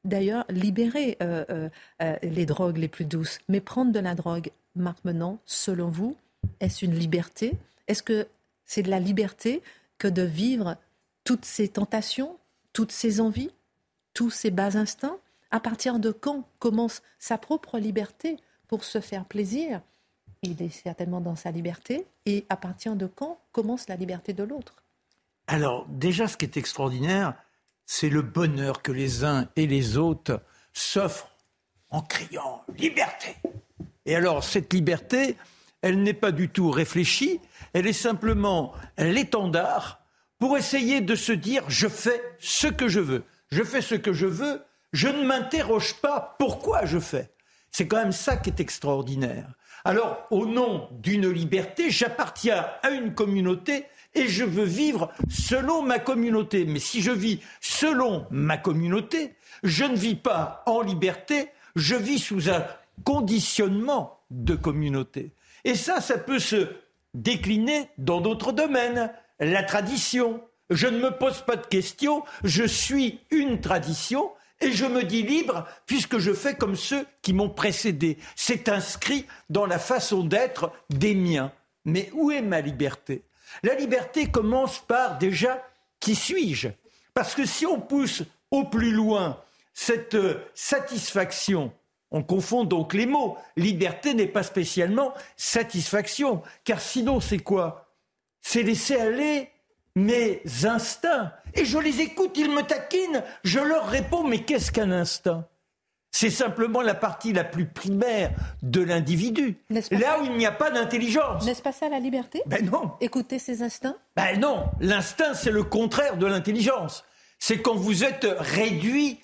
d'ailleurs libérer les drogues les plus douces. Mais prendre de la drogue, Marc Menant, selon vous, est-ce une liberté ? Est-ce que c'est de la liberté que de vivre toutes ces tentations, toutes ces envies, tous ces bas instincts ? À partir de quand commence sa propre liberté pour se faire plaisir ? Il est certainement dans sa liberté. Et à partir de quand commence la liberté de l'autre ? Alors, déjà, ce qui est extraordinaire, c'est le bonheur que les uns et les autres s'offrent en criant « liberté ». Et alors, cette liberté, elle n'est pas du tout réfléchie, elle est simplement l'étendard pour essayer de se dire « je fais ce que je veux ». Je fais ce que je veux, je ne m'interroge pas pourquoi je fais. C'est quand même ça qui est extraordinaire. Alors, au nom d'une liberté, j'appartiens à une communauté et je veux vivre selon ma communauté. Mais si je vis selon ma communauté, je ne vis pas en liberté, je vis sous un conditionnement de communauté. Et ça peut se décliner dans d'autres domaines. La tradition. Je ne me pose pas de questions, je suis une tradition et je me dis libre puisque je fais comme ceux qui m'ont précédé. C'est inscrit dans la façon d'être des miens. Mais où est ma liberté ? La liberté commence par déjà qui suis-je ? Parce que si on pousse au plus loin cette satisfaction, on confond donc les mots. Liberté n'est pas spécialement satisfaction, car sinon c'est quoi ? C'est laisser aller mes instincts. Et je les écoute, ils me taquinent, je leur réponds, mais qu'est-ce qu'un instinct ? C'est simplement la partie la plus primaire de l'individu. Là où il n'y a pas d'intelligence. N'est-ce pas ça la liberté ? Ben non. Écouter ses instincts ? Ben non. L'instinct, c'est le contraire de l'intelligence. C'est quand vous êtes réduit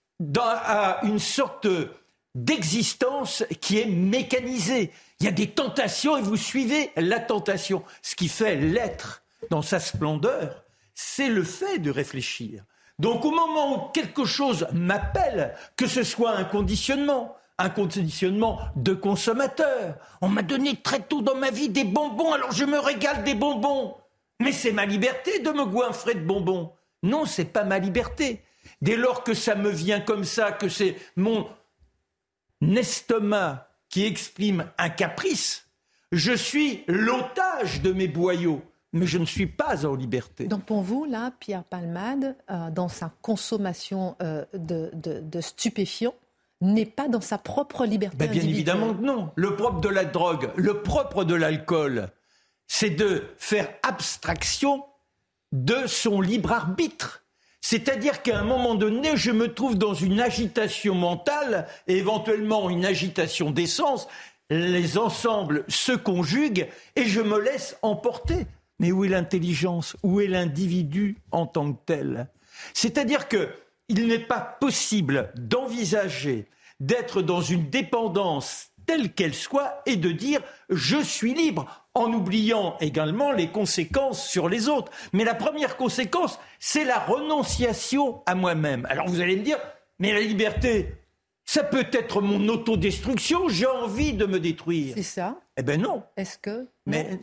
à une sorte d'existence qui est mécanisée. Il y a des tentations et vous suivez la tentation. Ce qui fait l'être dans sa splendeur, c'est le fait de réfléchir. Donc au moment où quelque chose m'appelle, que ce soit un conditionnement de consommateur, on m'a donné très tôt dans ma vie des bonbons, alors je me régale des bonbons. Mais c'est ma liberté de me goinfrer de bonbons. Non, c'est pas ma liberté. Dès lors que ça me vient comme ça, que c'est mon estomac qui exprime un caprice, je suis l'otage de mes boyaux. Mais je ne suis pas en liberté. Donc pour vous, là, Pierre Palmade, dans sa consommation de stupéfiants, n'est pas dans sa propre liberté individuelle. Bien évidemment que non. Le propre de la drogue, le propre de l'alcool, c'est de faire abstraction de son libre arbitre. C'est-à-dire qu'à un moment donné, je me trouve dans une agitation mentale et éventuellement une agitation d'essence. Les ensembles se conjuguent et je me laisse emporter. Mais où est l'intelligence ? Où est l'individu en tant que tel ? C'est-à-dire qu'il n'est pas possible d'envisager d'être dans une dépendance telle qu'elle soit et de dire « je suis libre » en oubliant également les conséquences sur les autres. Mais la première conséquence, c'est la renonciation à moi-même. Alors vous allez me dire « mais la liberté, ça peut être mon autodestruction, j'ai envie de me détruire. » C'est ça ? Eh bien non. Est-ce que... Mais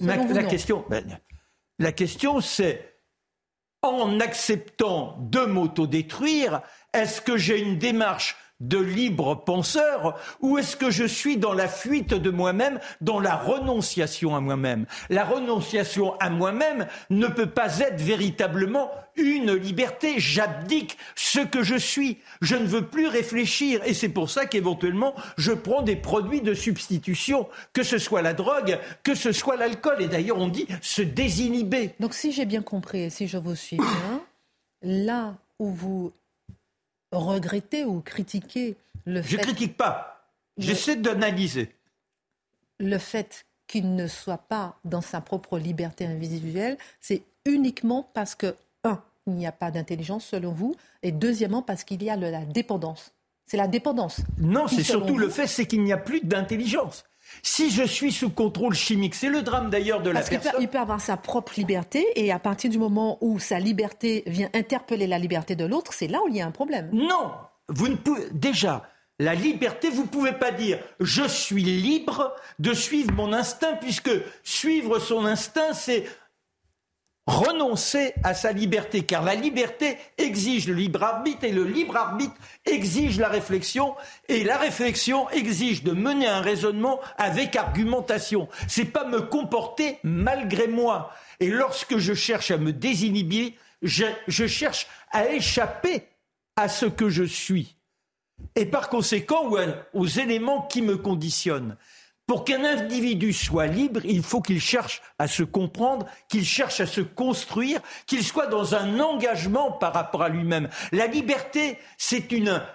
la question, c'est, en acceptant de m'autodétruire, est-ce que j'ai une démarche de libre penseur ou est-ce que je suis dans la fuite de moi-même, dans la renonciation à moi-même ? La renonciation à moi-même ne peut pas être véritablement une liberté. J'abdique ce que je suis. Je ne veux plus réfléchir et c'est pour ça qu'éventuellement je prends des produits de substitution, que ce soit la drogue, que ce soit l'alcool. Et d'ailleurs on dit se désinhiber. Donc si j'ai bien compris et si je vous suis bien, là où vous regretter ou critiquer le fait... Je critique pas. J'essaie d'analyser. Le fait qu'il ne soit pas dans sa propre liberté individuelle, c'est uniquement parce que, il n'y a pas d'intelligence selon vous, et deuxièmement, parce qu'il y a la dépendance. C'est la dépendance. Non, c'est surtout le fait, c'est qu'il n'y a plus d'intelligence. Si je suis sous contrôle chimique, c'est le drame d'ailleurs de la personne. Parce qu'il peut avoir sa propre liberté et à partir du moment où sa liberté vient interpeller la liberté de l'autre, c'est là où il y a un problème. Non, vous ne pouvez... Déjà, la liberté, vous ne pouvez pas dire « je suis libre de suivre mon instinct » puisque suivre son instinct, c'est renoncer à sa liberté, car la liberté exige le libre arbitre et le libre arbitre exige la réflexion et la réflexion exige de mener un raisonnement avec argumentation. C'est pas me comporter malgré moi. Et lorsque je cherche à me désinhiber, je cherche à échapper à ce que je suis et par conséquent aux éléments qui me conditionnent. Pour qu'un individu soit libre, il faut qu'il cherche à se comprendre, qu'il cherche à se construire, qu'il soit dans un engagement par rapport à lui-même. La liberté, c'est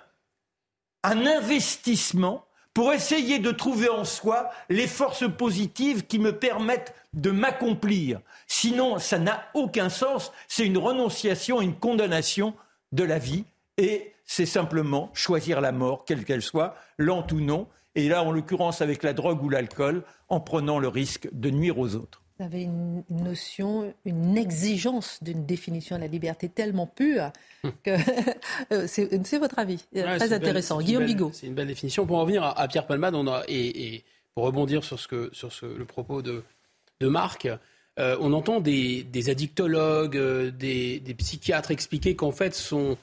un investissement pour essayer de trouver en soi les forces positives qui me permettent de m'accomplir. Sinon, ça n'a aucun sens. C'est une renonciation, une condamnation de la vie. Et c'est simplement choisir la mort, quelle qu'elle soit, lente ou non. Et là, en l'occurrence, avec la drogue ou l'alcool, en prenant le risque de nuire aux autres. Vous avez une notion, une exigence d'une définition de la liberté tellement pure que c'est votre avis. Très intéressant. Guillaume Bigot. C'est une belle définition. Pour en revenir à Pierre Palmade, et pour rebondir sur le propos de Marc, on entend des addictologues, des psychiatres expliquer qu'en fait,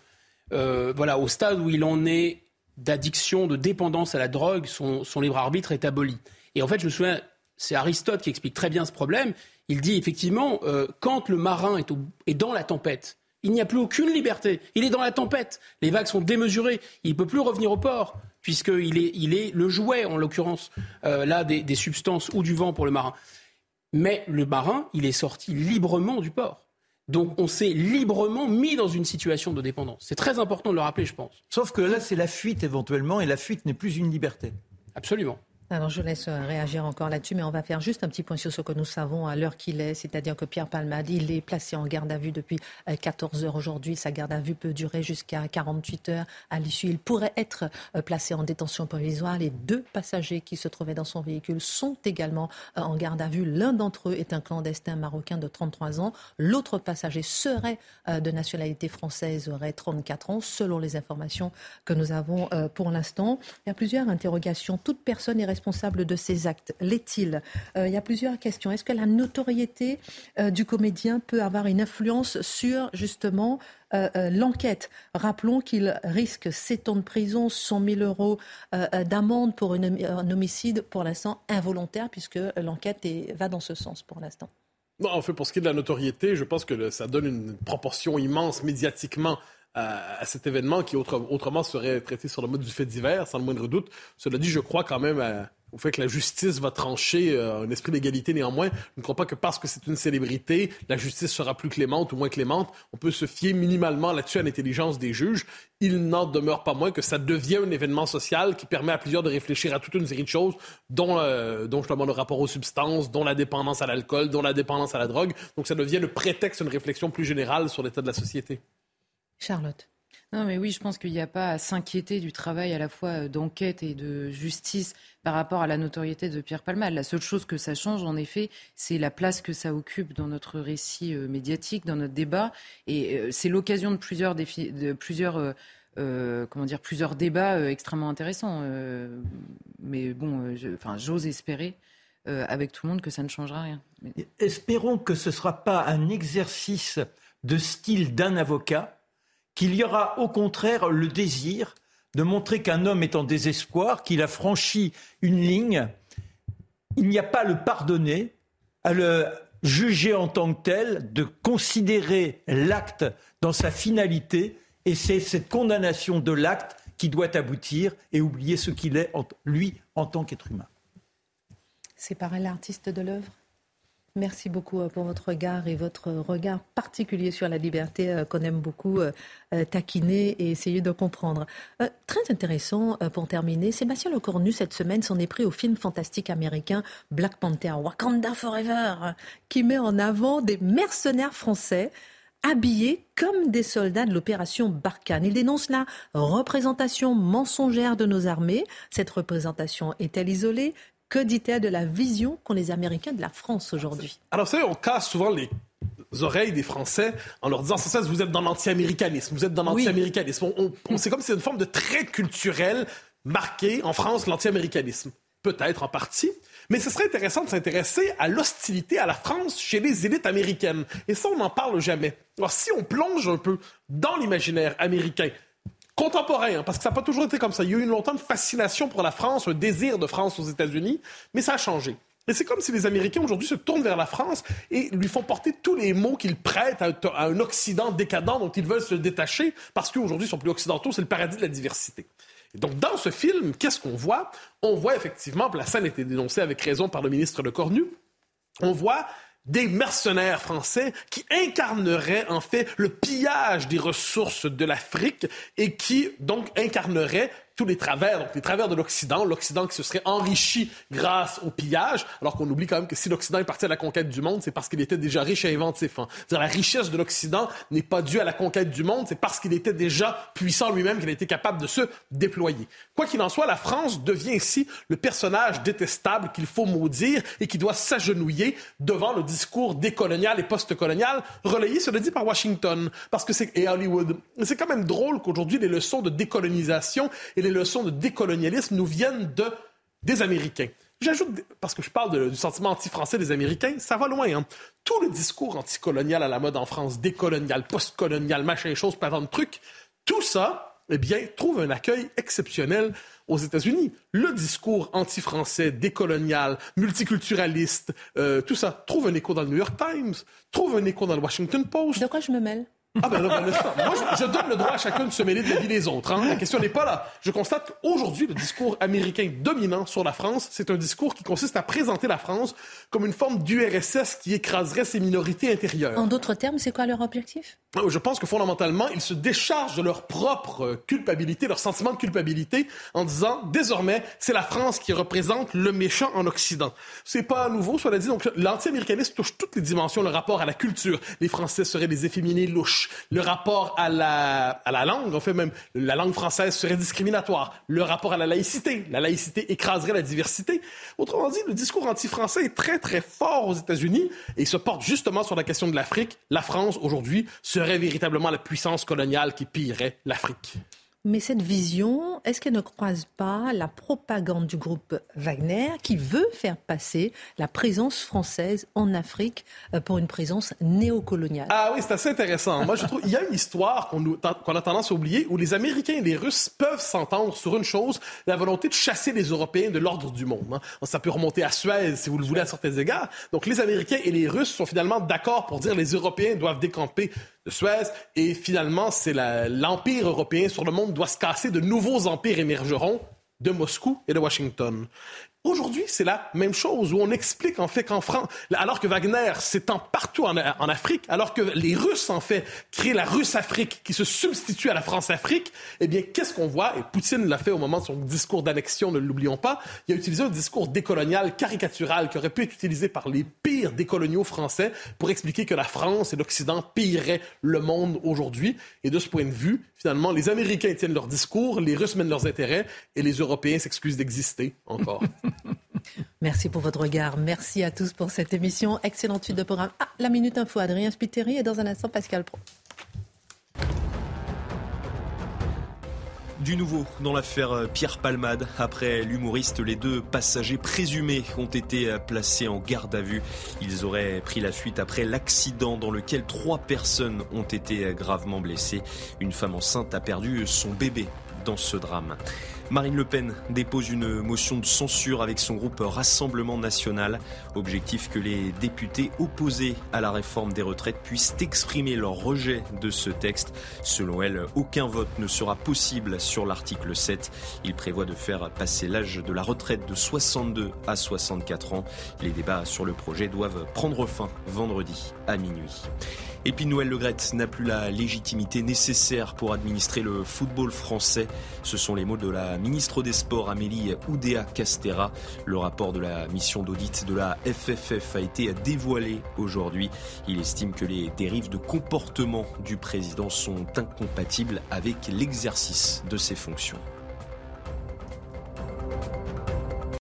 au stade où il en est d'addiction, de dépendance à la drogue, son libre arbitre est aboli. Et en fait, je me souviens, c'est Aristote qui explique très bien ce problème. Il dit effectivement, quand le marin est dans la tempête, il n'y a plus aucune liberté. Il est dans la tempête. Les vagues sont démesurées. Il ne peut plus revenir au port, puisqu'il est le jouet, en l'occurrence, là, des substances ou du vent pour le marin. Mais le marin, il est sorti librement du port. Donc on s'est librement mis dans une situation de dépendance. C'est très important de le rappeler, je pense. Sauf que là, c'est la fuite éventuellement, et la fuite n'est plus une liberté. Absolument. Alors je laisse réagir encore là-dessus, mais on va faire juste un petit point sur ce que nous savons à l'heure qu'il est, c'est-à-dire que Pierre Palmade, il est placé en garde à vue depuis 14 heures aujourd'hui. Sa garde à vue peut durer jusqu'à 48 heures. À l'issue, il pourrait être placé en détention provisoire. Les 2 passagers qui se trouvaient dans son véhicule sont également en garde à vue. L'un d'entre eux est un clandestin marocain de 33 ans. L'autre passager serait de nationalité française, aurait 34 ans, selon les informations que nous avons pour l'instant. Il y a plusieurs interrogations. Toute personne est responsable de ces actes. L'est-il ? Il y a plusieurs questions. Est-ce que la notoriété du comédien peut avoir une influence sur, justement, l'enquête ? Rappelons qu'il risque 7 ans de prison, 100 000 euros d'amende pour un homicide, pour l'instant, involontaire, puisque l'enquête va dans ce sens, pour l'instant. Non, en fait, pour ce qui est de la notoriété, je pense que ça donne une proportion immense médiatiquement à cet événement qui autrement serait traité sur le mode du fait divers, sans le moindre doute. Cela dit, je crois quand même au fait que la justice va trancher un esprit d'égalité néanmoins. Je ne crois pas que parce que c'est une célébrité, la justice sera plus clémente ou moins clémente. On peut se fier minimalement là-dessus à l'intelligence des juges. Il n'en demeure pas moins que ça devient un événement social qui permet à plusieurs de réfléchir à toute une série de choses, dont justement le rapport aux substances, dont la dépendance à l'alcool, dont la dépendance à la drogue. Donc ça devient le prétexte d'une réflexion plus générale sur l'état de la société. Charlotte. Non, mais oui, je pense qu'il n'y a pas à s'inquiéter du travail à la fois d'enquête et de justice par rapport à la notoriété de Pierre Palmade. La seule chose que ça change, en effet, c'est la place que ça occupe dans notre récit médiatique, dans notre débat. Et c'est l'occasion de plusieurs débats extrêmement intéressants. Mais bon, j'ose espérer avec tout le monde que ça ne changera rien. Mais... Espérons que ce ne sera pas un exercice de style d'un avocat, qu'il y aura au contraire le désir de montrer qu'un homme est en désespoir, qu'il a franchi une ligne. Il n'y a pas à le pardonner, à le juger en tant que tel, de considérer l'acte dans sa finalité, et c'est cette condamnation de l'acte qui doit aboutir et oublier ce qu'il est, lui, en tant qu'être humain. Séparer l'artiste de l'œuvre. Merci beaucoup pour votre regard et votre regard particulier sur la liberté qu'on aime beaucoup taquiner et essayer de comprendre. Très intéressant pour terminer, Sébastien Lecornu cette semaine s'en est pris au film fantastique américain Black Panther, Wakanda Forever, qui met en avant des mercenaires français habillés comme des soldats de l'opération Barkhane. Il dénonce la représentation mensongère de nos armées. Cette représentation est-elle isolée ? Que dit-elle de la vision qu'ont les Américains de la France aujourd'hui ? Alors, vous savez, on casse souvent les oreilles des Français en leur disant, c'est ça, vous êtes dans l'anti-américanisme, vous êtes dans l'anti-américanisme. C'est comme si c'est une forme de trait culturel marqué en France, l'anti-américanisme. peut-être en partie, mais ce serait intéressant de s'intéresser à l'hostilité à la France chez les élites américaines. Et ça, on n'en parle jamais. Alors, si on plonge un peu dans l'imaginaire américain, contemporain, parce que ça n'a pas toujours été comme ça. Il y a eu longtemps une fascination pour la France, un désir de France aux États-Unis, mais ça a changé. Et c'est comme si les Américains, aujourd'hui, se tournent vers la France et lui font porter tous les maux qu'ils prêtent à un Occident décadent dont ils veulent se détacher, parce qu'aujourd'hui, ils sont plus occidentaux, c'est le paradis de la diversité. Et donc, dans ce film, qu'est-ce qu'on voit? On voit effectivement, la scène a été dénoncée avec raison par le ministre Lecornu, on voit des mercenaires français qui incarneraient en fait le pillage des ressources de l'Afrique et qui donc incarneraient tous les travers, donc les travers de l'Occident qui se serait enrichi grâce au pillage, alors qu'on oublie quand même que si l'Occident est parti à la conquête du monde, c'est parce qu'il était déjà riche et inventif. C'est-à-dire la richesse de l'Occident n'est pas due à la conquête du monde, c'est parce qu'il était déjà puissant lui-même qu'il a été capable de se déployer. Quoi qu'il en soit, la France devient ici le personnage détestable qu'il faut maudire et qui doit s'agenouiller devant le discours décolonial et post-colonial relayé, cela dit, par Washington, et Hollywood. C'est quand même drôle qu'aujourd'hui, les leçons de décolonisation et les leçons de décolonialisme nous viennent des Américains. J'ajoute, parce que je parle du sentiment anti-français des Américains, ça va loin. Tout le discours anticolonial à la mode en France, décolonial, post-colonial, machin chose, plein de trucs, tout ça, trouve un accueil exceptionnel aux États-Unis. Le discours anti-français, décolonial, multiculturaliste, tout ça trouve un écho dans le New York Times, trouve un écho dans le Washington Post. De quoi je me mêle? Moi, je donne le droit à chacun de se mêler de la vie des autres. La question n'est pas là. Je constate qu'aujourd'hui, le discours américain dominant sur la France, c'est un discours qui consiste à présenter la France comme une forme d'URSS qui écraserait ses minorités intérieures. En d'autres termes, c'est quoi leur objectif? Je pense que fondamentalement, ils se déchargent de leur propre culpabilité, leur sentiment de culpabilité, en disant, désormais, c'est la France qui représente le méchant en Occident. C'est pas nouveau, cela dit. Donc, l'anti-américanisme touche toutes les dimensions, le rapport à la culture. Les Français seraient des efféminés louches. Le rapport à la langue, en fait même, la langue française serait discriminatoire. Le rapport à la laïcité écraserait la diversité. Autrement dit, le discours anti-français est très, très fort aux États-Unis et se porte justement sur la question de l'Afrique. La France, aujourd'hui, serait véritablement la puissance coloniale qui pillerait l'Afrique. Mais cette vision, est-ce qu'elle ne croise pas la propagande du groupe Wagner qui veut faire passer la présence française en Afrique pour une présence néocoloniale? Ah oui, c'est assez intéressant. Moi, je trouve il y a une histoire qu'on a tendance à oublier où les Américains et les Russes peuvent s'entendre sur une chose, la volonté de chasser les Européens de l'ordre du monde. Ça peut remonter à Suez, si vous le voulez, à certains égards. Donc, les Américains et les Russes sont finalement d'accord pour dire que les Européens doivent décamper de Suez et finalement, c'est l'empire européen sur le monde doit se casser, de nouveaux empires émergeront de Moscou et de Washington. Aujourd'hui, c'est la même chose, où on explique en fait qu'en France, alors que Wagner s'étend partout en Afrique, alors que les Russes en fait créent la Russe-Afrique qui se substitue à la France-Afrique, eh bien, qu'est-ce qu'on voit? Et Poutine l'a fait au moment de son discours d'annexion, ne l'oublions pas. Il a utilisé un discours décolonial caricatural qui aurait pu être utilisé par les pires décoloniaux français pour expliquer que la France et l'Occident pilleraient le monde aujourd'hui. Et de ce point de vue, finalement, les Américains tiennent leur discours, les Russes mènent leurs intérêts et les Européens s'excusent d'exister encore. Merci pour votre regard. Merci à tous pour cette émission. Excellente suite de programme. La Minute Info, Adrien Spiteri et dans un instant, Pascal Praud. Du nouveau dans l'affaire Pierre Palmade. Après l'humoriste, les 2 passagers présumés ont été placés en garde à vue. Ils auraient pris la fuite après l'accident dans lequel 3 personnes ont été gravement blessées. Une femme enceinte a perdu son bébé dans ce drame. Marine Le Pen dépose une motion de censure avec son groupe Rassemblement National. Objectif que les députés opposés à la réforme des retraites puissent exprimer leur rejet de ce texte. Selon elle, aucun vote ne sera possible sur l'article 7. Il prévoit de faire passer l'âge de la retraite de 62 à 64 ans. Les débats sur le projet doivent prendre fin vendredi à minuit. Et puis Noël Le Graët n'a plus la légitimité nécessaire pour administrer le football français. Ce sont les mots de la ministre des Sports Amélie Oudéa-Castéra. Le rapport de la mission d'audit de la FFF a été dévoilé aujourd'hui. Il estime que les dérives de comportement du président sont incompatibles avec l'exercice de ses fonctions.